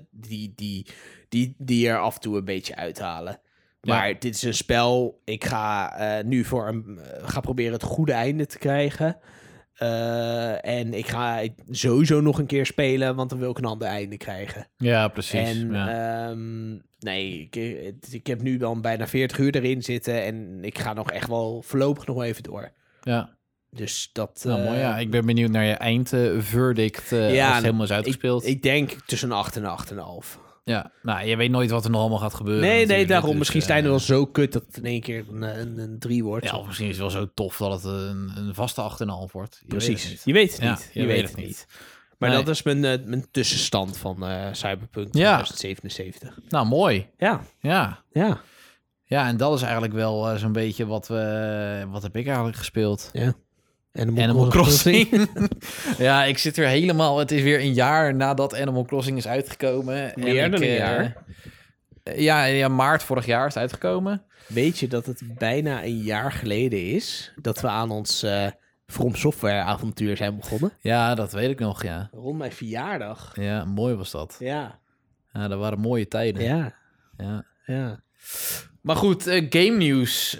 die er af en toe een beetje uithalen. Maar dit is een spel. Ik ga nu ga proberen het goede einde te krijgen. En ik ga sowieso nog een keer spelen, want dan wil ik een ander einde krijgen. Ja, precies. En ik heb nu dan bijna 40 uur erin zitten en ik ga nog echt wel voorlopig nog even door. Ja. Dus dat... mooi, ja. Ik ben benieuwd naar je eindverdict als het helemaal is uitgespeeld. Ik denk tussen 8 en 8,5. Ja, nou, je weet nooit wat er nog allemaal gaat gebeuren. Nee, daarom. Dus, misschien zijn er wel zo kut dat het in één keer een 3 wordt. Ja, of misschien is het wel zo tof dat het een vaste 8,5 wordt. Precies. Je weet het niet. Je weet het niet. Maar dat is mijn tussenstand van Cyberpunk 2077. Nou, mooi. Ja. Ja, en dat is eigenlijk wel zo'n beetje wat heb ik eigenlijk gespeeld? Ja. Animal Crossing. Ja, ik zit weer helemaal... Het is weer een jaar nadat Animal Crossing is uitgekomen. Meer dan een jaar? Ja, maart vorig jaar is het uitgekomen. Weet je dat het bijna een jaar geleden is dat we aan ons From Software avontuur zijn begonnen? Ja, dat weet ik nog, ja. Rond mijn verjaardag. Ja, mooi was dat. Ja. Ja, dat waren mooie tijden. Ja. Maar goed, game nieuws.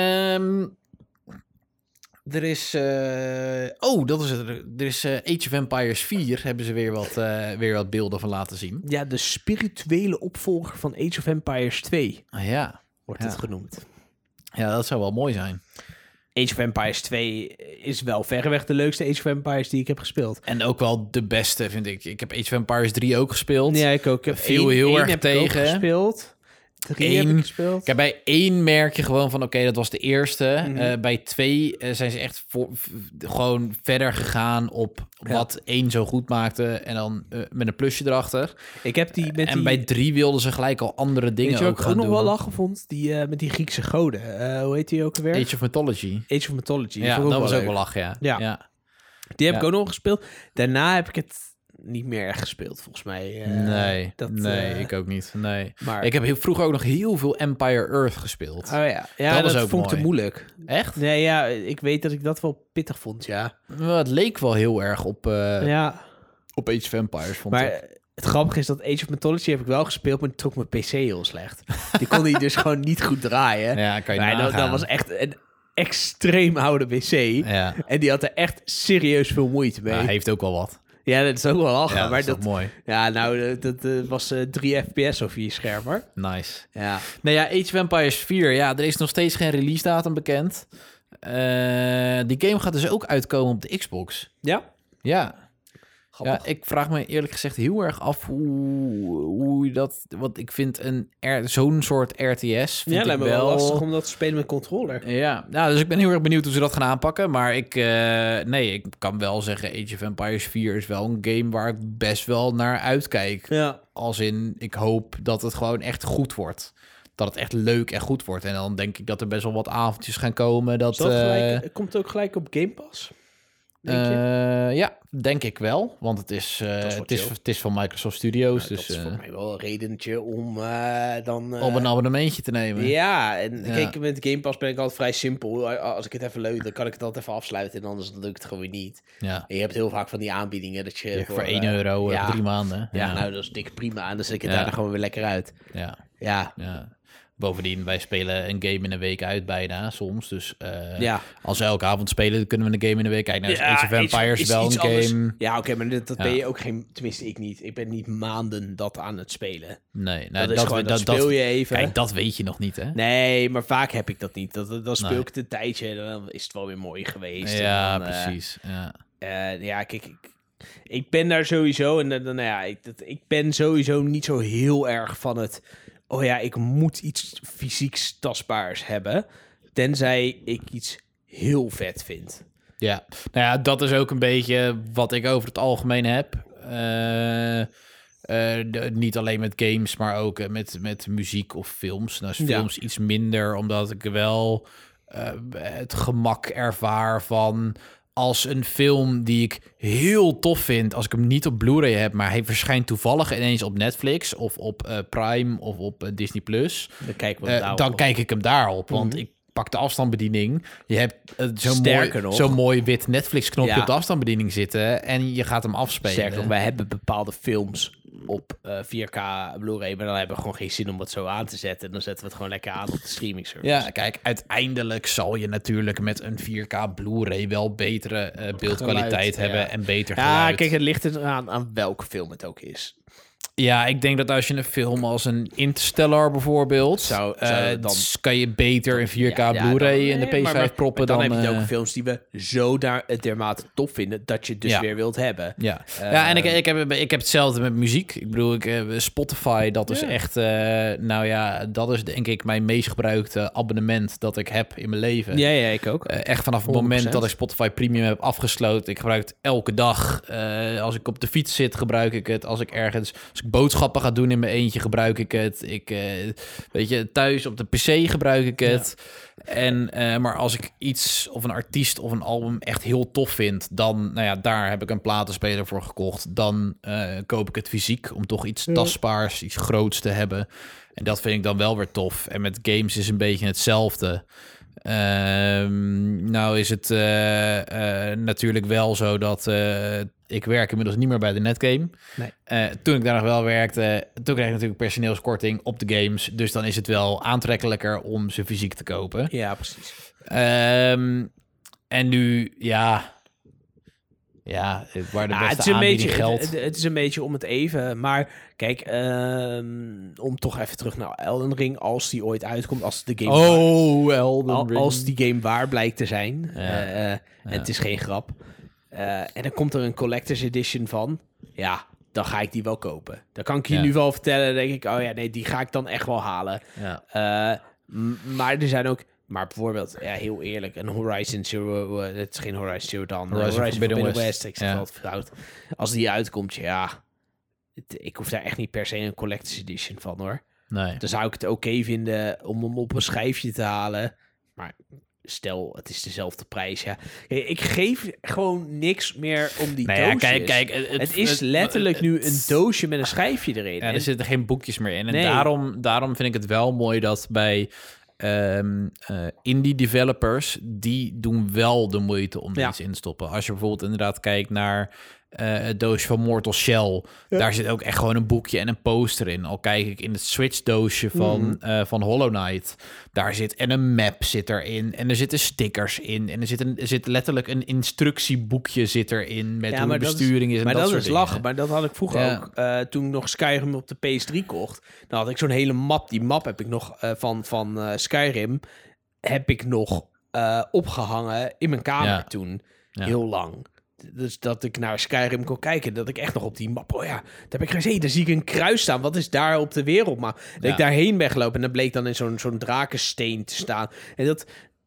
Er is... dat is het. Er is Age of Empires 4. Hebben ze weer wat beelden van laten zien. Ja, de spirituele opvolger van Age of Empires 2. Ah, ja. Wordt het genoemd. Ja, dat zou wel mooi zijn. Age of Empires 2 is wel verreweg de leukste Age of Empires die ik heb gespeeld. En ook wel de beste, vind ik. Ik heb Age of Empires 3 ook gespeeld. Ja, ik ook. Ik heb heel erg tegen. Gespeeld. 3 heb ik gespeeld. Kijk, bij 1 merk je gewoon van, oké, dat was de eerste. Mm-hmm. Bij 2 zijn ze echt gewoon verder gegaan op wat 1 zo goed maakte. En dan met een plusje erachter. Ik heb bij 3 wilden ze gelijk al andere dingen ook gaan doen. Ik nog wel lachen vond, met die Griekse goden. Hoe heet die ook alweer? Age of Mythology. Age of Mythology. Ja, dat was ook wel lachen, ja. Die heb ik ook nog gespeeld. Daarna heb ik het niet meer echt gespeeld, volgens mij. Nee, ik ook niet. Nee. Maar ik heb vroeger ook nog heel veel Empire Earth gespeeld. Oh ja, dat ook vond ik te moeilijk. Echt? Nee, ja, ik weet dat ik dat wel pittig vond, ja. Nou, het leek wel heel erg op op Age of Empires, vond ik. Het grappige is dat Age of Mythology heb ik wel gespeeld, maar die trok mijn PC heel slecht. Die kon hij dus gewoon niet goed draaien. Ja, kan je nagaan. Dat was echt een extreem oude PC. Ja. En die had er echt serieus veel moeite mee. Hij heeft ook wel wat. Ja, dat is ook wel lachen. Ja, dat maar is toch mooi. Ja, nou, dat was 3 fps op je scherm, hoor. Nice. Ja. Nou ja, Age of Empires 4. Ja, er is nog steeds geen release datum bekend. Die game gaat dus ook uitkomen op de Xbox. Ja? Ja. Grappig. Ja, ik vraag me eerlijk gezegd heel erg af hoe je dat... Want ik vind zo'n soort RTS... Vind ik lijkt me wel lastig om dat te spelen met controller. Ja, nou, dus ik ben heel erg benieuwd hoe ze dat gaan aanpakken. Maar ik kan wel zeggen... Age of Empires 4 is wel een game waar ik best wel naar uitkijk. Ja. Als in, ik hoop dat het gewoon echt goed wordt. Dat het echt leuk en goed wordt. En dan denk ik dat er best wel wat avondjes gaan komen. Komt het ook gelijk op Game Pass? Denk je? Ja, denk ik wel. Want het is van Microsoft Studios. Nou, dus, dat is voor mij wel een redentje om dan... om een abonnementje te nemen. Ja, en kijk, met Game Pass ben ik altijd vrij simpel. Als ik het even leuk, dan kan ik het altijd even afsluiten. En anders lukt het gewoon weer niet. Ja. En je hebt heel vaak van die aanbiedingen dat je... Voor €1 3 maanden. Ja, nou, dat is dik prima. En dan zet ik het daar dan gewoon weer lekker uit. Ja. Bovendien, wij spelen een game in een week uit bijna, soms. Dus als we elke avond spelen, dan kunnen we een game in een week kijken. Nou, Age of Empires is wel een game. Anders. Ja, oké, maar dat ben je ook geen... Tenminste, ik niet. Ik ben niet maanden dat aan het spelen. Nee, dat speel je even. Kijk, dat weet je nog niet, hè? Nee, maar vaak heb ik dat niet. Dan speel ik het een tijdje en dan is het wel weer mooi geweest. Ja, dan, precies. Kijk, ik ben daar sowieso... ik ben sowieso niet zo heel erg van het... Oh ja, ik moet iets fysieks tastbaars hebben. Tenzij ik iets heel vet vind. Ja, nou ja, dat is ook een beetje wat ik over het algemeen heb. Niet alleen met games, maar ook met muziek of films. Nou is films iets minder, omdat ik wel het gemak ervaar van... Als een film die ik heel tof vind, als ik hem niet op Blu-ray heb, maar hij verschijnt toevallig ineens op Netflix of op Prime of op Disney+. Dan kijk ik hem daarop, want ik pak de afstandsbediening. Je hebt zo'n mooi wit Netflix-knopje op de afstandsbediening zitten en je gaat hem afspelen. Sterker nog, wij hebben bepaalde films op 4K Blu-ray, maar dan hebben we gewoon geen zin om het zo aan te zetten. En dan zetten we het gewoon lekker aan op de streaming service. Ja, kijk, uiteindelijk zal je natuurlijk met een 4K Blu-ray wel betere beeldkwaliteit hebben en beter geluid. Ja, kijk, het ligt er aan welke film het ook is. Ja, ik denk dat als je een film als een Interstellar bijvoorbeeld... dan kan je beter een 4K Blu-ray in de PS5 proppen dan... heb je ook films die we zo dermate tof vinden... dat je het dus weer wilt hebben. Ja, en ik heb hetzelfde met muziek. Ik bedoel, Spotify, dat is echt... dat is denk ik mijn meest gebruikte abonnement dat ik heb in mijn leven. Ja, ik ook. Echt vanaf het moment dat ik Spotify Premium heb afgesloten. Ik gebruik het elke dag. Als ik op de fiets zit, gebruik ik het. Als ik ergens... Als ik boodschappen ga doen in mijn eentje, gebruik ik het. Thuis op de PC gebruik ik het. Ja. Maar als ik iets of een artiest of een album echt heel tof vind, dan, daar heb ik een platenspeler voor gekocht. Dan koop ik het fysiek om toch iets tastbaars, iets groots te hebben. En dat vind ik dan wel weer tof. En met games is een beetje hetzelfde. Nou is het natuurlijk wel zo dat ik werk inmiddels niet meer bij de Netgame. Nee. Toen ik daar nog wel werkte, toen kreeg ik natuurlijk personeelskorting op de games. Dus dan is het wel aantrekkelijker om ze fysiek te kopen. Ja, precies. En nu, waar de beste aanbieding geldt. Het is een beetje om het even. Maar kijk, om toch even terug naar Elden Ring. Als die ooit uitkomt, als de game Elden Ring. Als die game waar blijkt te zijn. En het is geen grap. En dan komt er een Collector's Edition van. Ja, dan ga ik die wel kopen. Dan kan ik je nu wel vertellen. Dan denk ik, die ga ik dan echt wel halen. Ja. Maar er zijn ook... Maar bijvoorbeeld, heel eerlijk, een Horizon Zero... het is geen Horizon Zero Dawn. Horizon Forbidden West. Ik zeg altijd fout. Als die uitkomt, ik hoef daar echt niet per se een Collector's Edition van, hoor. Nee. Dan zou ik het oké vinden om hem op een schijfje te halen. Maar stel, het is dezelfde prijs, Ik geef gewoon niks meer om die doosjes. Kijk, het is letterlijk nu een doosje met een schijfje erin. Ja, er zitten geen boekjes meer in. En daarom vind ik het wel mooi dat bij... indie developers, die doen wel de moeite om iets in te stoppen. Als je bijvoorbeeld inderdaad kijkt naar het doosje van Mortal Shell. Ja. Daar zit ook echt gewoon een boekje en een poster in. Al kijk ik in het Switch-doosje van Hollow Knight. Daar zit en een map zit erin. En er zitten stickers in. En er zit letterlijk een instructieboekje zit erin met hoe de besturing is. En maar dat is dingen. lachen. Maar dat had ik vroeger ook. Toen ik nog Skyrim op de PS3 kocht. Dan had ik zo'n hele map. Die map heb ik nog van Skyrim. Heb ik nog opgehangen in mijn kamer toen. Ja. Heel lang. Dus dat ik naar Skyrim kon kijken. Dat ik echt nog op die map... Oh ja, daar heb ik gezien. Daar zie ik een kruis staan. Wat is daar op de wereld? Maar dat ik daarheen wegloop. En dat bleek dan in zo'n drakensteen te staan. En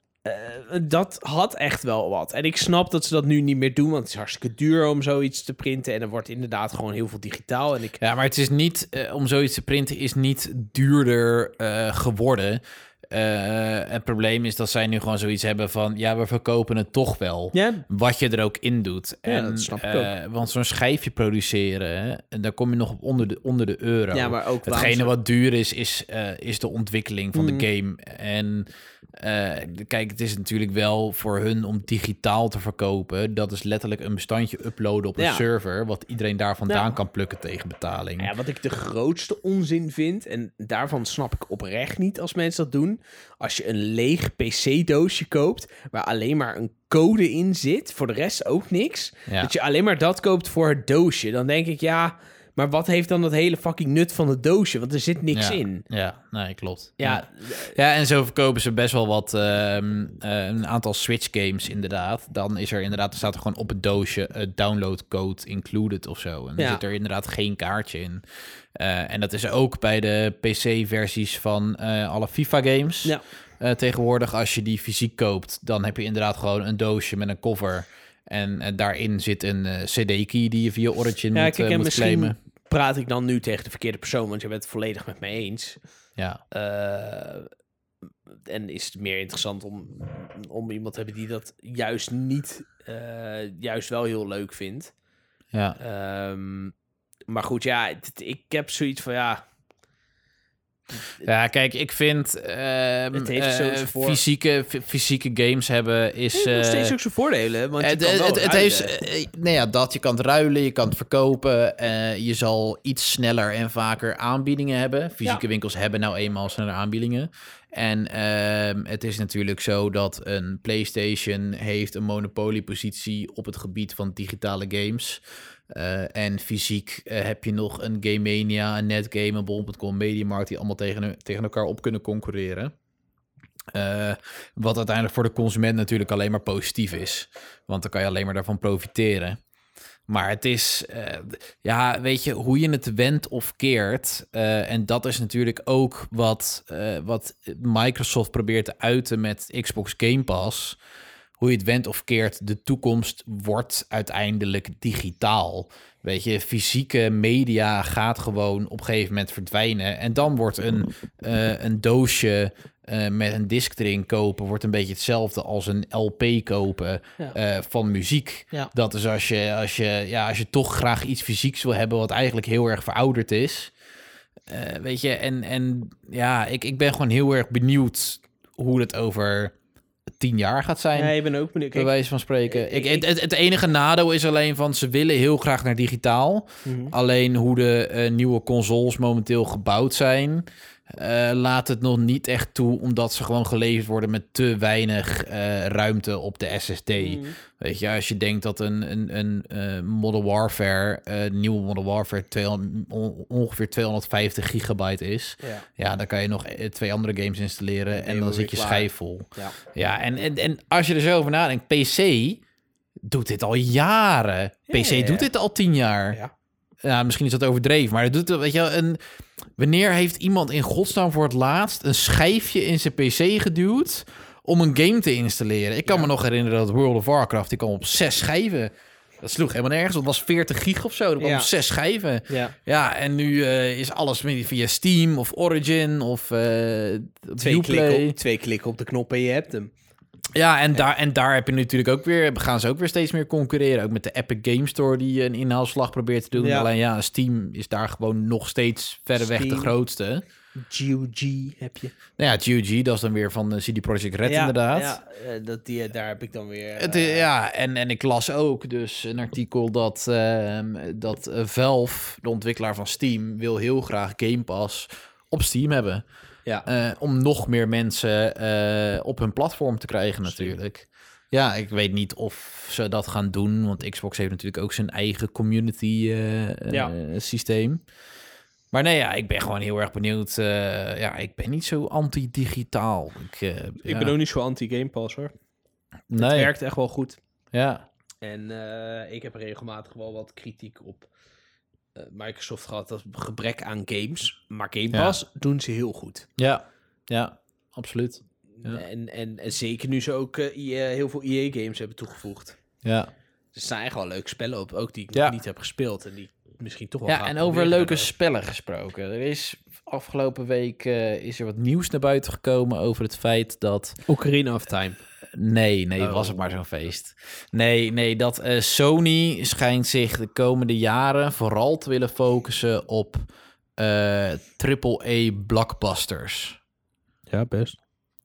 dat had echt wel wat. En ik snap dat ze dat nu niet meer doen. Want het is hartstikke duur om zoiets te printen. En er wordt inderdaad gewoon heel veel digitaal. En Ja, maar het is niet... om zoiets te printen is niet duurder geworden... het probleem is dat zij nu gewoon zoiets hebben van... ja, we verkopen het toch wel. Ja. Wat je er ook in doet. Ja, dat snap ik ook. Want zo'n schijfje produceren... Hè, en daar kom je nog op onder de euro. Ja, maar ook hetgene wat duur is de ontwikkeling van de game. En kijk, het is natuurlijk wel voor hun om digitaal te verkopen. Dat is letterlijk een bestandje uploaden op een server... wat iedereen daar vandaan kan plukken tegen betaling. Ja, wat ik de grootste onzin vind... en daarvan snap ik oprecht niet als mensen dat doen... als je een leeg PC-doosje koopt... waar alleen maar een code in zit... voor de rest ook niks... dat je alleen maar dat koopt voor het doosje... dan denk ik, maar wat heeft dan dat hele fucking nut van het doosje? Want er zit niks in. Ja, nee, klopt. Ja, en zo verkopen ze best wel wat... een aantal Switch games inderdaad. Dan is er inderdaad... er staat er gewoon op het doosje... download code included of zo. En dan zit er inderdaad geen kaartje in. En dat is ook bij de PC-versies van alle FIFA-games. Ja. Tegenwoordig, als je die fysiek koopt... dan heb je inderdaad gewoon een doosje met een cover... En daarin zit een CD-key die je via Origin moet claimen. Praat ik dan nu tegen de verkeerde persoon, want je bent het volledig met mij eens. Ja. En is het meer interessant om iemand te hebben die dat juist niet, juist wel heel leuk vindt. Ja. Maar goed, ik heb zoiets van, Ja, kijk, ik vind het heeft fysieke games hebben is... nog steeds ook zijn voordelen, want het heeft... je kan het ruilen, je kan het verkopen. Je zal iets sneller en vaker aanbiedingen hebben. Fysieke winkels hebben nou eenmaal sneller aanbiedingen. En het is natuurlijk zo dat een PlayStation heeft een monopoliepositie op het gebied van digitale games. En fysiek heb je nog een Game Mania, een Netgame, een Bol.com, Mediamarkt... die allemaal tegen elkaar op kunnen concurreren. Wat uiteindelijk voor de consument natuurlijk alleen maar positief is. Want dan kan je alleen maar daarvan profiteren. Maar het is, weet je, hoe je het wendt of keert. En dat is natuurlijk ook wat Microsoft probeert te uiten met Xbox Game Pass... Hoe je het wendt of keert, de toekomst wordt uiteindelijk digitaal. Weet je, fysieke media gaat gewoon op een gegeven moment verdwijnen. En dan wordt een doosje met een disc erin kopen... wordt een beetje hetzelfde als een LP kopen van muziek. Ja. Dat is als je toch graag iets fysieks wil hebben... wat eigenlijk heel erg verouderd is. Weet je, ik ben gewoon heel erg benieuwd hoe het over... 10 jaar gaat zijn. Ja, je bent ook benieuwd. Bij wijze van spreken. Het enige nadeel is alleen van... ze willen heel graag naar digitaal. Mm-hmm. Alleen hoe de nieuwe consoles momenteel gebouwd zijn... laat het nog niet echt toe... omdat ze gewoon geleverd worden met te weinig ruimte op de SSD. Mm. Weet je, als je denkt dat een Modern Warfare... nieuwe Modern Warfare ongeveer 250 gigabyte is... Ja, dan kan je nog 2 andere games installeren... en dan zit je schijf vol. Ja, en als je er zo over nadenkt... PC doet dit al jaren. PC doet dit al 10 jaar. Ja, misschien is dat overdreven, maar het doet, weet je, wanneer heeft iemand in godsnaam voor het laatst een schijfje in zijn PC geduwd om een game te installeren? Ik kan me nog herinneren dat World of Warcraft, die kwam op 6 schijven. Dat sloeg helemaal nergens. Dat was 40 gig of zo. Dat kwam op 6 schijven. Ja, en nu is alles via Steam of Origin of twee klikken op de knop en je hebt hem. Ja, en daar heb je natuurlijk ook weer... gaan ze ook weer steeds meer concurreren. Ook met de Epic Game Store die een inhaalslag probeert te doen. Ja. Alleen Steam is daar gewoon nog steeds verreweg de grootste. GOG heb je. Nou ja, GOG, dat is dan weer van CD Projekt Red inderdaad. Ja, daar heb ik dan weer... En ik las ook dus een artikel dat Valve, de ontwikkelaar van Steam, wil heel graag Game Pass op Steam hebben. Ja. Om nog meer mensen op hun platform te krijgen natuurlijk. Ja, ik weet niet of ze dat gaan doen, want Xbox heeft natuurlijk ook zijn eigen community systeem. Maar nee, ja, ik ben gewoon heel erg benieuwd. Ik ben niet zo anti-digitaal. Ik ben ook niet zo anti-Game Pass, hoor. Nee. Het werkt echt wel goed. Ja. En ik heb regelmatig wel wat kritiek op Microsoft gehad. Dat gebrek aan games. Maar Game Pass doen ze heel goed. Ja, absoluut. Ja. En zeker nu ze ook heel veel EA-games hebben toegevoegd. Ja. Er staan echt wel leuke spellen op, ook die ik nog niet heb gespeeld. En die misschien toch wel Ja, en over leuke spellen gesproken. Er is afgelopen week is er wat nieuws naar buiten gekomen over het feit dat... Ocarina of Time. Nee, was het maar zo'n feest. Nee, dat Sony schijnt zich de komende jaren vooral te willen focussen op AAA blockbusters. Ja, best.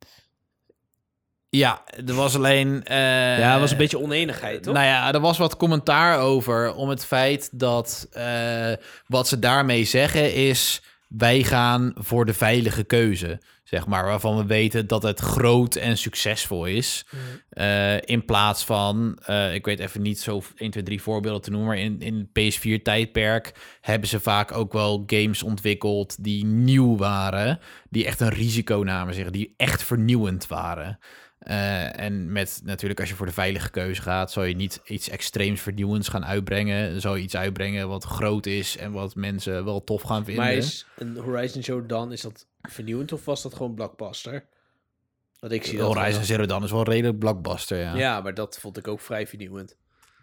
Ja, er was alleen... er was een beetje oneenigheid, toch? Nou ja, er was wat commentaar over om het feit dat... wat ze daarmee zeggen is... wij gaan voor de veilige keuze, zeg maar. Waarvan we weten dat het groot en succesvol is. In plaats van... ik weet even niet zo 1, 2, 3 voorbeelden te noemen... maar in het PS4-tijdperk hebben ze vaak ook wel games ontwikkeld... die nieuw waren, die echt een risico namen, zeggen, die echt vernieuwend waren... en met natuurlijk als je voor de veilige keuze gaat... zal je niet iets extreems vernieuwends gaan uitbrengen. Zal je iets uitbrengen wat groot is... en wat mensen wel tof gaan vinden. Maar is een Horizon Zero Dawn, is dat vernieuwend of was dat gewoon blockbuster? Want ik zie dat Horizon Zero Dawn is wel redelijk blockbuster, ja. Ja, maar dat vond ik ook vrij vernieuwend.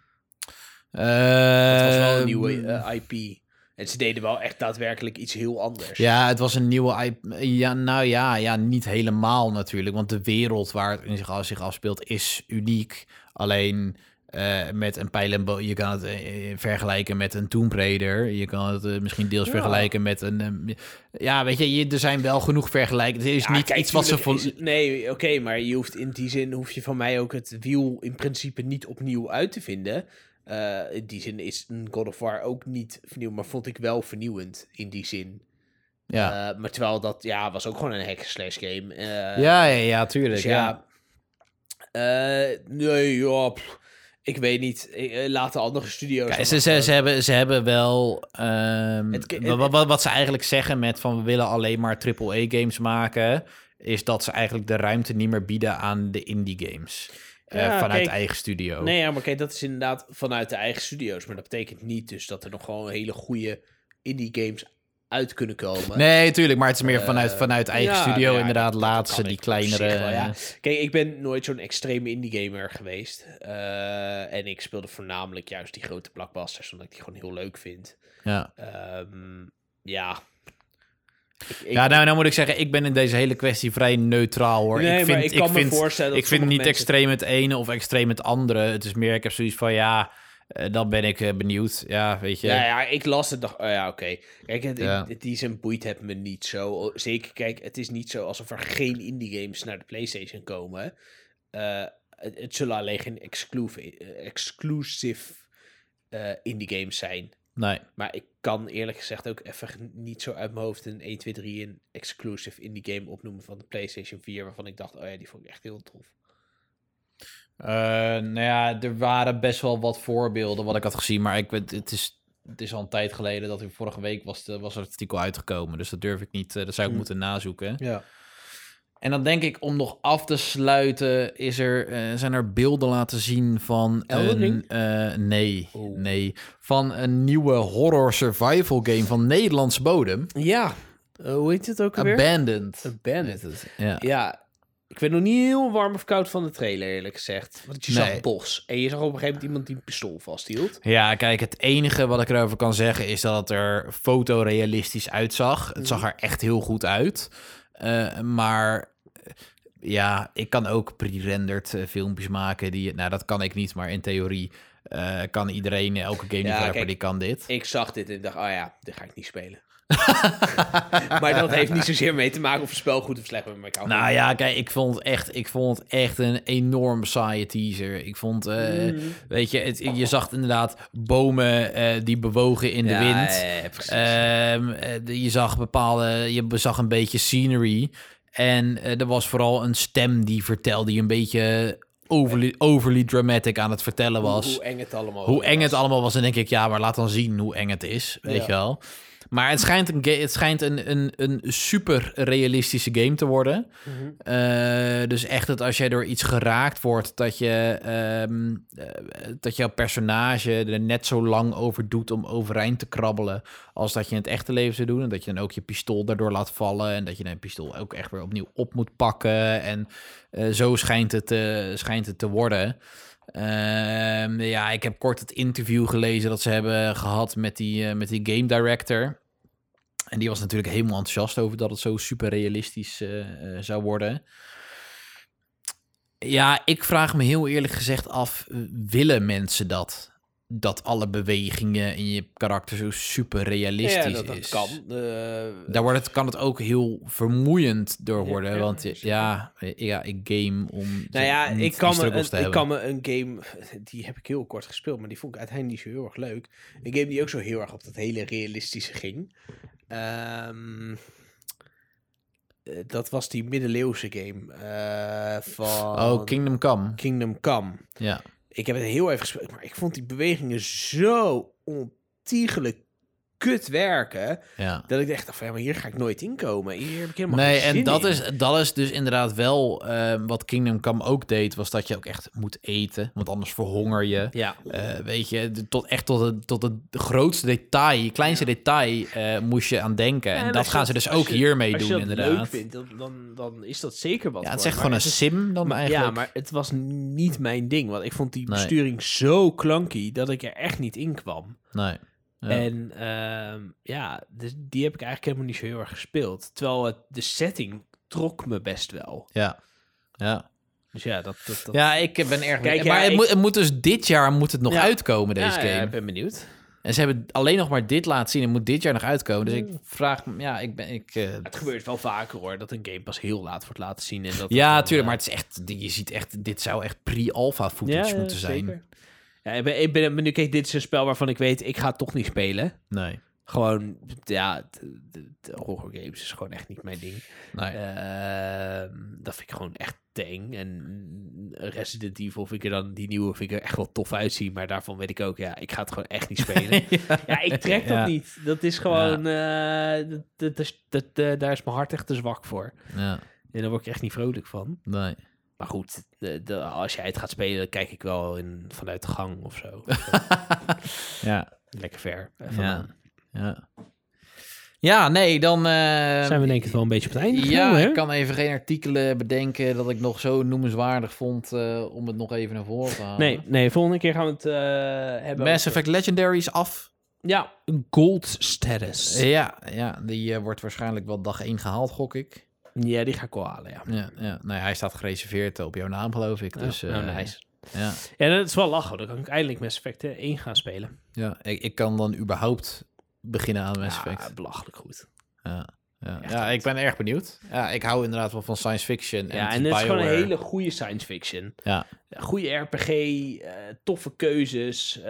Het was wel een nieuwe IP... En ze deden wel echt daadwerkelijk iets heel anders. Ja, het was een nieuwe IP. Ja, niet helemaal natuurlijk. Want de wereld waar het in zich afspeelt is uniek. Alleen met een pijl en boog. Je kan het vergelijken met een Tomb Raider. Je kan het misschien deels vergelijken met een... weet je, er zijn wel genoeg vergelijkingen. Het is niet iets wat ze... Nee, oké, maar je hoeft in die zin... hoef je van mij ook het wiel in principe niet opnieuw uit te vinden... in die zin is een God of War ook niet vernieuwend, maar vond ik wel vernieuwend in die zin. Ja. Maar terwijl dat, was ook gewoon een hack-slash game. Ja, tuurlijk. Dus ik weet niet. Laat de andere studio's... Kijk, ze hebben wel... wat ze eigenlijk zeggen met van we willen alleen maar AAA-games maken... is dat ze eigenlijk de ruimte niet meer bieden aan de indie-games... vanuit de eigen studio. Nee, maar kijk, dat is inderdaad vanuit de eigen studio's. Maar dat betekent niet dus dat er nog gewoon hele goede indie games uit kunnen komen. Nee, tuurlijk, maar het is meer vanuit eigen studio inderdaad. Laatste, die kleinere... Kijk, ik ben nooit zo'n extreme indie gamer geweest. En ik speelde voornamelijk juist die grote blockbusters, omdat ik die gewoon heel leuk vind. Ja. Nou moet ik zeggen, ik ben in deze hele kwestie vrij neutraal, hoor. Nee, ik vind niet extreem het ene of extreem het andere. Het is meer, ik heb zoiets van, dan ben ik benieuwd. Ja, weet je. Ja, ik las het nog. Oké. Kijk, die zijn boeit het me niet zo. Zeker, kijk, het is niet zo alsof er geen indie games naar de PlayStation komen. Het zullen alleen geen exclusive indie games zijn. Nee. Maar ik kan eerlijk gezegd ook even niet zo uit mijn hoofd een 1, 2, 3 een exclusive indie game opnoemen van de PlayStation 4, waarvan ik dacht, die vond ik echt heel tof. Er waren best wel wat voorbeelden wat ik had gezien, maar het is al een tijd geleden dat vorige week was het artikel uitgekomen, dus dat durf ik niet, dat zou ik moeten nazoeken. Ja. En dan denk ik, om nog af te sluiten, zijn er beelden laten zien van van een nieuwe horror survival game van Nederlandse bodem. Ja, hoe heet het ook alweer? Abandoned. Ja, ik weet nog niet heel warm of koud van de trailer, eerlijk gezegd. Want je zag bos en je zag op een gegeven moment iemand die een pistool vasthield. Ja, kijk, het enige wat ik erover kan zeggen is dat het er fotorealistisch uitzag. Het zag er echt heel goed uit. Maar ik kan ook pre-rendered filmpjes maken. Dat kan ik niet, maar in theorie kan iedereen, elke game developer, die kan dit. Ik zag dit en dacht, dit ga ik niet spelen. Maar dat heeft niet zozeer mee te maken of het spel goed of slecht is. Nou ja, kijk, ik vond het echt een enorm saaie teaser. Ik vond, weet je, je zag inderdaad bomen die bewogen in de wind. Je zag een beetje scenery. En er was vooral een stem die vertelde, die een beetje overly dramatic aan het vertellen was. Hoe eng het allemaal was. En denk ik, ja, maar laat dan zien hoe eng het is, weet je wel. Maar het schijnt een super realistische game te worden. Mm-hmm. Dus echt dat als jij door iets geraakt wordt, dat jouw personage er net zo lang over doet om overeind te krabbelen als dat je in het echte leven zou doen. En dat je dan ook je pistool daardoor laat vallen en dat je dan pistool ook echt weer opnieuw op moet pakken. En zo schijnt het te worden. Ik heb kort het interview gelezen dat ze hebben gehad met die game director. En die was natuurlijk helemaal enthousiast over dat het zo super realistisch zou worden. Ja, ik vraag me heel eerlijk gezegd af, willen mensen dat alle bewegingen in je karakter zo super realistisch is? Dat kan. Daar kan het ook heel vermoeiend door worden. Want ik game om ik kan me een game, die heb ik heel kort gespeeld, maar die vond ik uiteindelijk niet zo heel erg leuk. Een game die ook zo heel erg op dat hele realistische ging. Dat was die middeleeuwse game van... Kingdom Come. Ja. Ik heb het heel even gespeeld, maar ik vond die bewegingen zo ontiegelijk kut werken, dat ik dacht van, maar hier ga ik nooit inkomen. Hier heb ik helemaal geen zin in. Dat is dus inderdaad wel wat Kingdom Come ook deed, was dat je ook echt moet eten, want anders verhonger je. Ja. Weet je, tot het grootste detail, kleinste detail moest je aan denken. En dat gaan ze dus ook hiermee doen, inderdaad. Als je dat leuk vindt, dan is dat zeker wat. Ja, het is echt gewoon een sim dan eigenlijk. Ja, maar het was niet mijn ding, want ik vond die besturing zo clunky dat ik er echt niet in kwam. Nee. Ja. En dus die heb ik eigenlijk helemaal niet zo heel erg gespeeld. Terwijl de setting trok me best wel. Ja. Dus ja, dat... Ja, ik ben erg... Kijk, maar het moet dus dit jaar nog uitkomen, deze game. Ja, ik ben benieuwd. En ze hebben alleen nog maar dit laten zien en moet dit jaar nog uitkomen. Dus ik vraag me... Ja, Het gebeurt wel vaker, hoor, dat een game pas heel laat wordt laten zien. En dat tuurlijk, maar het is echt... Je ziet echt... Dit zou echt pre-alpha footage moeten zijn. Zeker. Ja, ik ben nu, kijk, dit is een spel waarvan ik weet, ik ga het toch niet spelen. Nee. Gewoon, de horror games is gewoon echt niet mijn ding. Nee. Dat vind ik gewoon echt te eng. En Resident Evil vind ik er dan, die nieuwe vind ik er echt wel tof uitzien. Maar daarvan weet ik ook, ik ga het gewoon echt niet spelen. Ik trek dat niet. Dat is gewoon, daar is mijn hart echt te zwak voor. Ja. En daar word ik echt niet vrolijk van. Nee. Maar goed, als jij het gaat spelen, dan kijk ik wel vanuit de gang of zo. Ja. Lekker ver. Ja, nee, dan... zijn we denk ik wel een beetje op het einde gekomen, Ja, hè? ik kan even geen artikelen bedenken dat ik nog zo noemenswaardig vond om het nog even naar voren te halen. Nee, volgende keer gaan we het hebben. Mass Effect Legendary is af. Ja, gold status. Ja, die wordt waarschijnlijk wel dag 1 gehaald, gok ik. Ja, die ga ik wel halen, ja. Nou, hij staat gereserveerd op jouw naam, geloof ik. Dus, nice. Ja. Ja, dat is wel lachen. Dan kan ik eindelijk Mass Effect 1 gaan spelen. Ja, ik kan dan überhaupt beginnen aan Mass Effect. Ja, belachelijk goed. Ja, ik ben erg benieuwd. Ja, ik hou inderdaad wel van science fiction. En het is gewoon een hele goede science fiction. Ja. Goede RPG, toffe keuzes.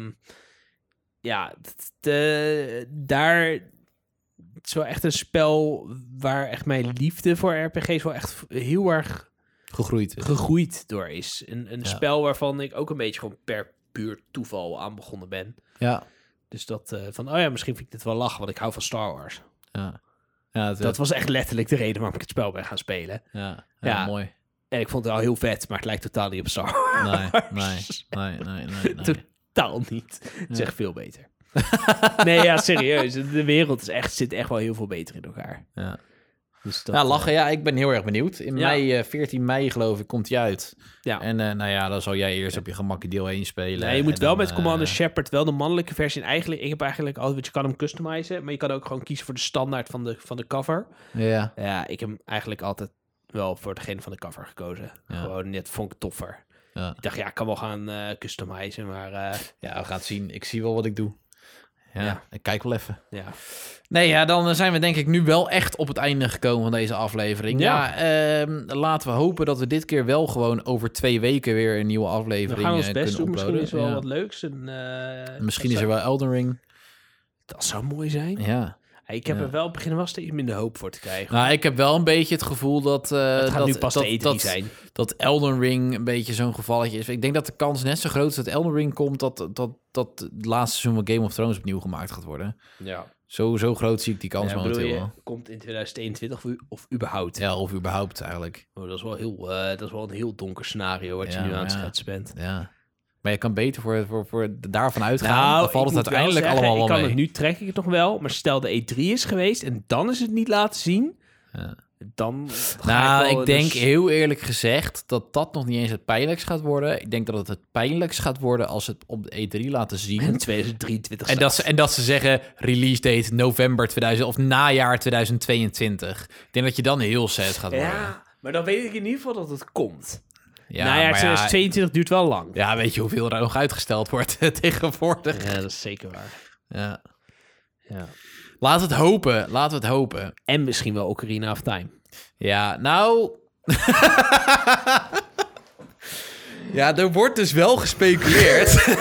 Het is wel echt een spel waar echt mijn liefde voor RPG's wel echt heel erg gegroeid door is. Een spel waarvan ik ook een beetje gewoon per puur toeval aan begonnen ben. Ja. Dus dat misschien vind ik dit wel lachen, want ik hou van Star Wars. Ja, dat was echt letterlijk de reden waarom ik het spel ben gaan spelen. Ja, mooi. En ik vond het al heel vet, maar het lijkt totaal niet op Star Wars. Nee. Totaal niet. Het is echt veel beter. Nee, serieus. De wereld zit echt wel heel veel beter in elkaar. Ja. Dus dat, lachen. Ja, ik ben heel erg benieuwd. In 14 mei geloof ik komt hij uit. Ja. En dan zal jij eerst op je gemakje deel 1 spelen. Nee, je moet wel met Commander Shepard wel de mannelijke versie. En ik heb eigenlijk altijd, je kan hem customizen, maar je kan ook gewoon kiezen voor de standaard van de cover. Ja. Ja, ik heb eigenlijk altijd wel voor degene van de cover gekozen. Ja. Gewoon net vond ik toffer. Ja. Ik dacht, ik kan wel gaan customizen, maar... we gaan het zien. Ik zie wel wat ik doe. Ja, ik kijk wel even. Ja. Nee, ja, dan zijn we denk ik nu wel echt op het einde gekomen van deze aflevering. Ja. Laten we hopen dat we dit keer wel gewoon over 2 weken weer een nieuwe aflevering We gaan ons best kunnen doen. uploaden. Misschien is wel Ja. wat leuks. Misschien is er wel Elden Ring. Dat zou mooi zijn. Ja. Ik heb Ja. er wel op het begin wel steeds minder hoop voor te krijgen. Nou, ik heb wel een beetje het gevoel dat... het gaat nu pas de E3 zijn. Dat Elden Ring een beetje zo'n gevalletje is. Ik denk dat de kans net zo groot is dat Elden Ring komt... dat het laatste seizoen van Game of Thrones opnieuw gemaakt gaat worden. Ja. Zo groot zie ik die kans Ja, momenteel bedoel je, wel. komt in 2021 of überhaupt? Ja, of überhaupt eigenlijk. Oh, dat is wel een heel donker scenario wat je Ja, nu aan maar het ja. schetsen bent. Ja. Maar je kan beter voor daarvan uitgaan. Dan valt het uiteindelijk allemaal wel mee. Nu trek ik het nog wel, maar stel de E3 is geweest en dan is het niet laten zien, Ja. dan Nou, ik denk dus... heel eerlijk gezegd dat nog niet eens het pijnlijkst gaat worden. Ik denk dat het pijnlijkst gaat worden als ze het op de E3 laten zien. in 2023 En dat ze zeggen release date november 2000 of najaar 2022. Ik denk dat je dan heel sad gaat worden. Ja, maar dan weet ik in ieder geval dat het komt. Ja, Najaar maar 2022 duurt wel lang. ja, weet je hoeveel er nog uitgesteld wordt tegenwoordig? Ja, dat is zeker waar. Ja. Ja. Laten we het hopen. En misschien wel Ocarina of Time. Ja, nou... ja, er wordt dus wel gespeculeerd.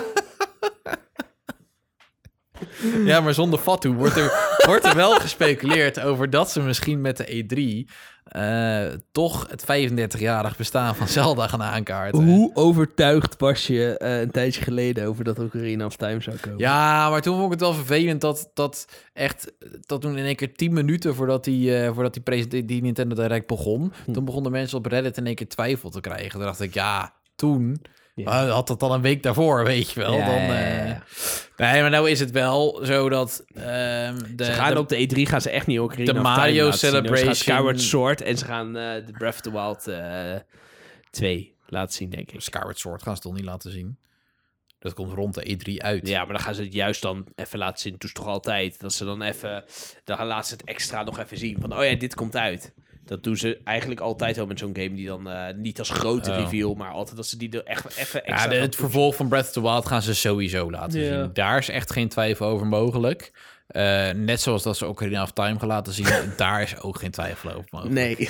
Ja, maar zonder Fatu wordt er wel gespeculeerd over dat ze misschien met de E3 toch het 35-jarig bestaan van Zelda gaan aankaarten. Hoe overtuigd was je een tijdje geleden over dat Ocarina of Time zou komen? Ja, maar toen vond ik het wel vervelend dat toen in één keer 10 minuten voordat die Nintendo Direct begon, toen begonnen mensen op Reddit in één keer twijfel te krijgen. Toen dacht ik, ja, toen... Ja. had dat dan een week daarvoor, weet je wel. Ja, Dan, ja. Nee, maar nou is het wel zo dat... Op de E3 gaan ze echt niet Ocarina de of Time Mario laten zien. Ze Celebration- gaan Skyward Sword en ze gaan de Breath of the Wild 2 laten zien, denk ik. Skyward Sword gaan ze toch niet laten zien? Dat komt rond de E3 uit. Ja, maar dan gaan ze het juist dan even laten zien. Dus toch altijd. Dat ze dan even... Dan laten ze het extra nog even zien. Van, oh ja, dit komt uit. Dat doen ze eigenlijk altijd wel met zo'n game die dan niet als grote reveal, maar altijd dat ze die er echt even extra... Ja, het vervolg van Breath of the Wild gaan ze sowieso laten zien. Daar is echt geen twijfel over mogelijk. Net zoals dat ze Ocarina of Time gaan laten zien. Daar is ook geen twijfel over mogelijk. Nee.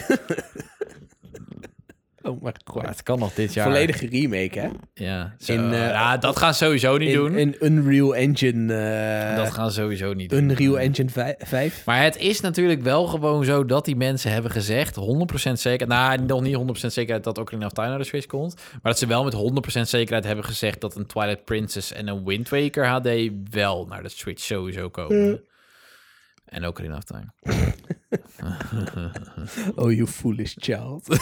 Oh my god. Maar het kan nog dit jaar. Volledige remake, hè? Ja, In, dat gaan ze sowieso niet doen. In Unreal Engine... Dat gaan ze sowieso niet doen. Unreal Engine 5. Maar het is natuurlijk wel gewoon zo dat die mensen hebben gezegd, 100% zeker, nou, nog niet 100% zekerheid dat Ocarina of Time naar de Switch komt, maar dat ze wel met 100% zekerheid hebben gezegd dat een Twilight Princess en een Wind Waker HD wel naar de Switch sowieso komen. En Ocarina of Time. Oh, you foolish child.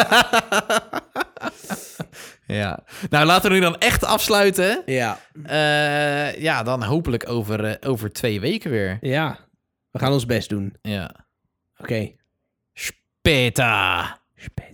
Ja. Nou, laten we nu dan echt afsluiten. Ja. Ja, dan hopelijk over 2 weken weer. Ja. We gaan ons best doen. Ja. Oké. Speta. Spät.